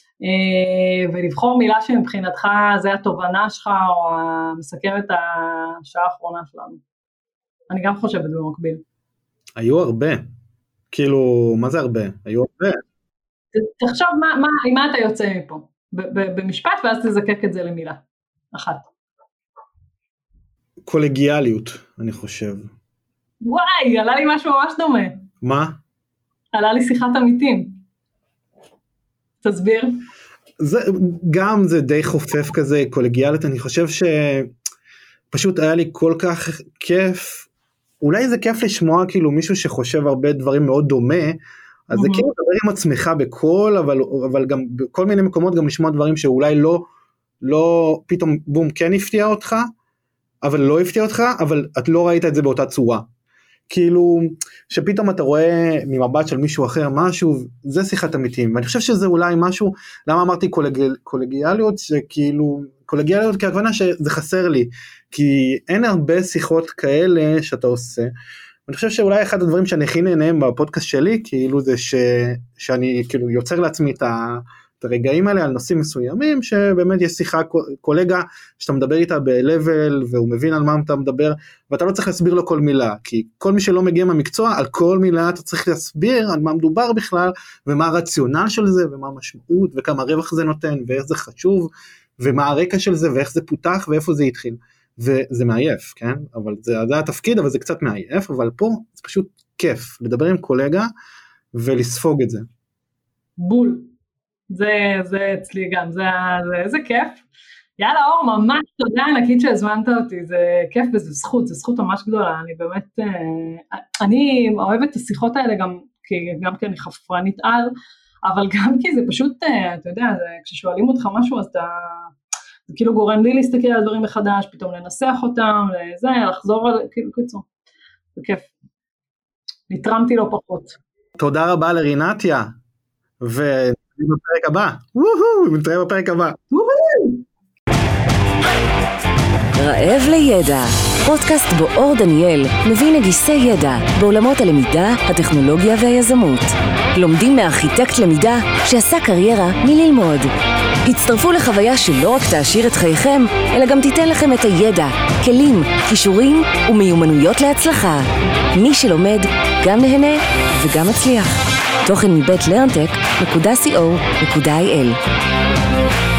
ולבחור מילה שמבחינתך זה התובנה שלך, או מסכם את השעה האחרונה שלנו. אני גם חושבת במקביל. היו הרבה, כאילו, מה זה הרבה? היו הרבה. תחשוב עם מה אתה יוצא מפה, במשפט, ואז תזקק את זה למילה אחת. קולגיאליות, אני חושב. וואי, עלה לי משהו ממש דומה. מה? עלה לי שיחת עמיתים. תסביר. זה די חופף כזה, קולגיאליות, אני חושב שפשוט היה לי כל כך כיף, אולי זה כיף לשמוע כאילו מישהו שחושב הרבה דברים מאוד דומה, אז זה כאילו דבר עם עצמך בכל, אבל גם בכל מיני מקומות גם לשמוע דברים שאולי לא פתאום בום כן הפתיע אותך, אבל לא הפתיע אותך, אבל את לא ראית את זה באותה צורה. כאילו, שפתאום אתה רואה ממבט של מישהו אחר משהו, זה שיחת אמיתים, ואני חושב שזה אולי משהו, למה אמרתי קולגיאליות, שכאילו, קולגיאליות כהכוונה שזה חסר לי, כי אין הרבה שיחות כאלה שאתה עושה, ואני חושב שאולי אחד הדברים שאני הכי נהנה בפודקאסט שלי, כאילו זה שאני כאילו יוצר לעצמי את הרגעים האלה על נושאים מסוימים, שבאמת יש שיחה, קולגה שאתה מדבר איתה ב-level, והוא מבין על מה אתה מדבר, ואתה לא צריך להסביר לו כל מילה, כי כל מי שלא מגיע מהמקצוע, על כל מילה אתה צריך להסביר על מה מדובר בכלל, ומה הרציונל של זה, ומה המשמעות, וכמה רווח זה נותן, ואיך זה חשוב, ומה הרקע של זה, ואיך זה פותח, ואיפה זה התחיל. וזה מעייף, כן? אבל זה התפקיד, אבל זה קצת מעייף, אבל פה זה פשוט כיף, לדבר עם קולגה, ולספוג את זה. בול. זה אצלי גם, זה כיף. יאללה אור, ממש תודה ענקית שהזמנת אותי, זה כיף וזה זכות, זה זכות ממש גדולה, אני באמת, אני אוהבת את השיחות האלה גם כי אני חפרנית על, אבל גם כי זה פשוט, אתה יודע, כששואלים אותך משהו, אז זה כאילו גורם לי להסתכל על דברים מחדש, פתאום לנסח אותם, לחזור על, כאילו קיצור, זה כיף. נתרמתי לו פחות. תודה רבה לרינתיה, בפרק הבא, נתראה בפרק הבא. רעב לידע, פודקאסט בו אור דניאל מביא נגיסי ידע בעולמות הלמידה, הטכנולוגיה והיזמות. לומדים מארכיטקט למידה שעשה קריירה מללמוד. הצטרפו לחוויה שלא רק תעשיר את חייכם, אלא גם תיתן לכם את הידע, כלים, כישורים ומיומנויות להצלחה. מי שלומד גם נהנה וגם מצליח. תוכן מבית learntech.co.il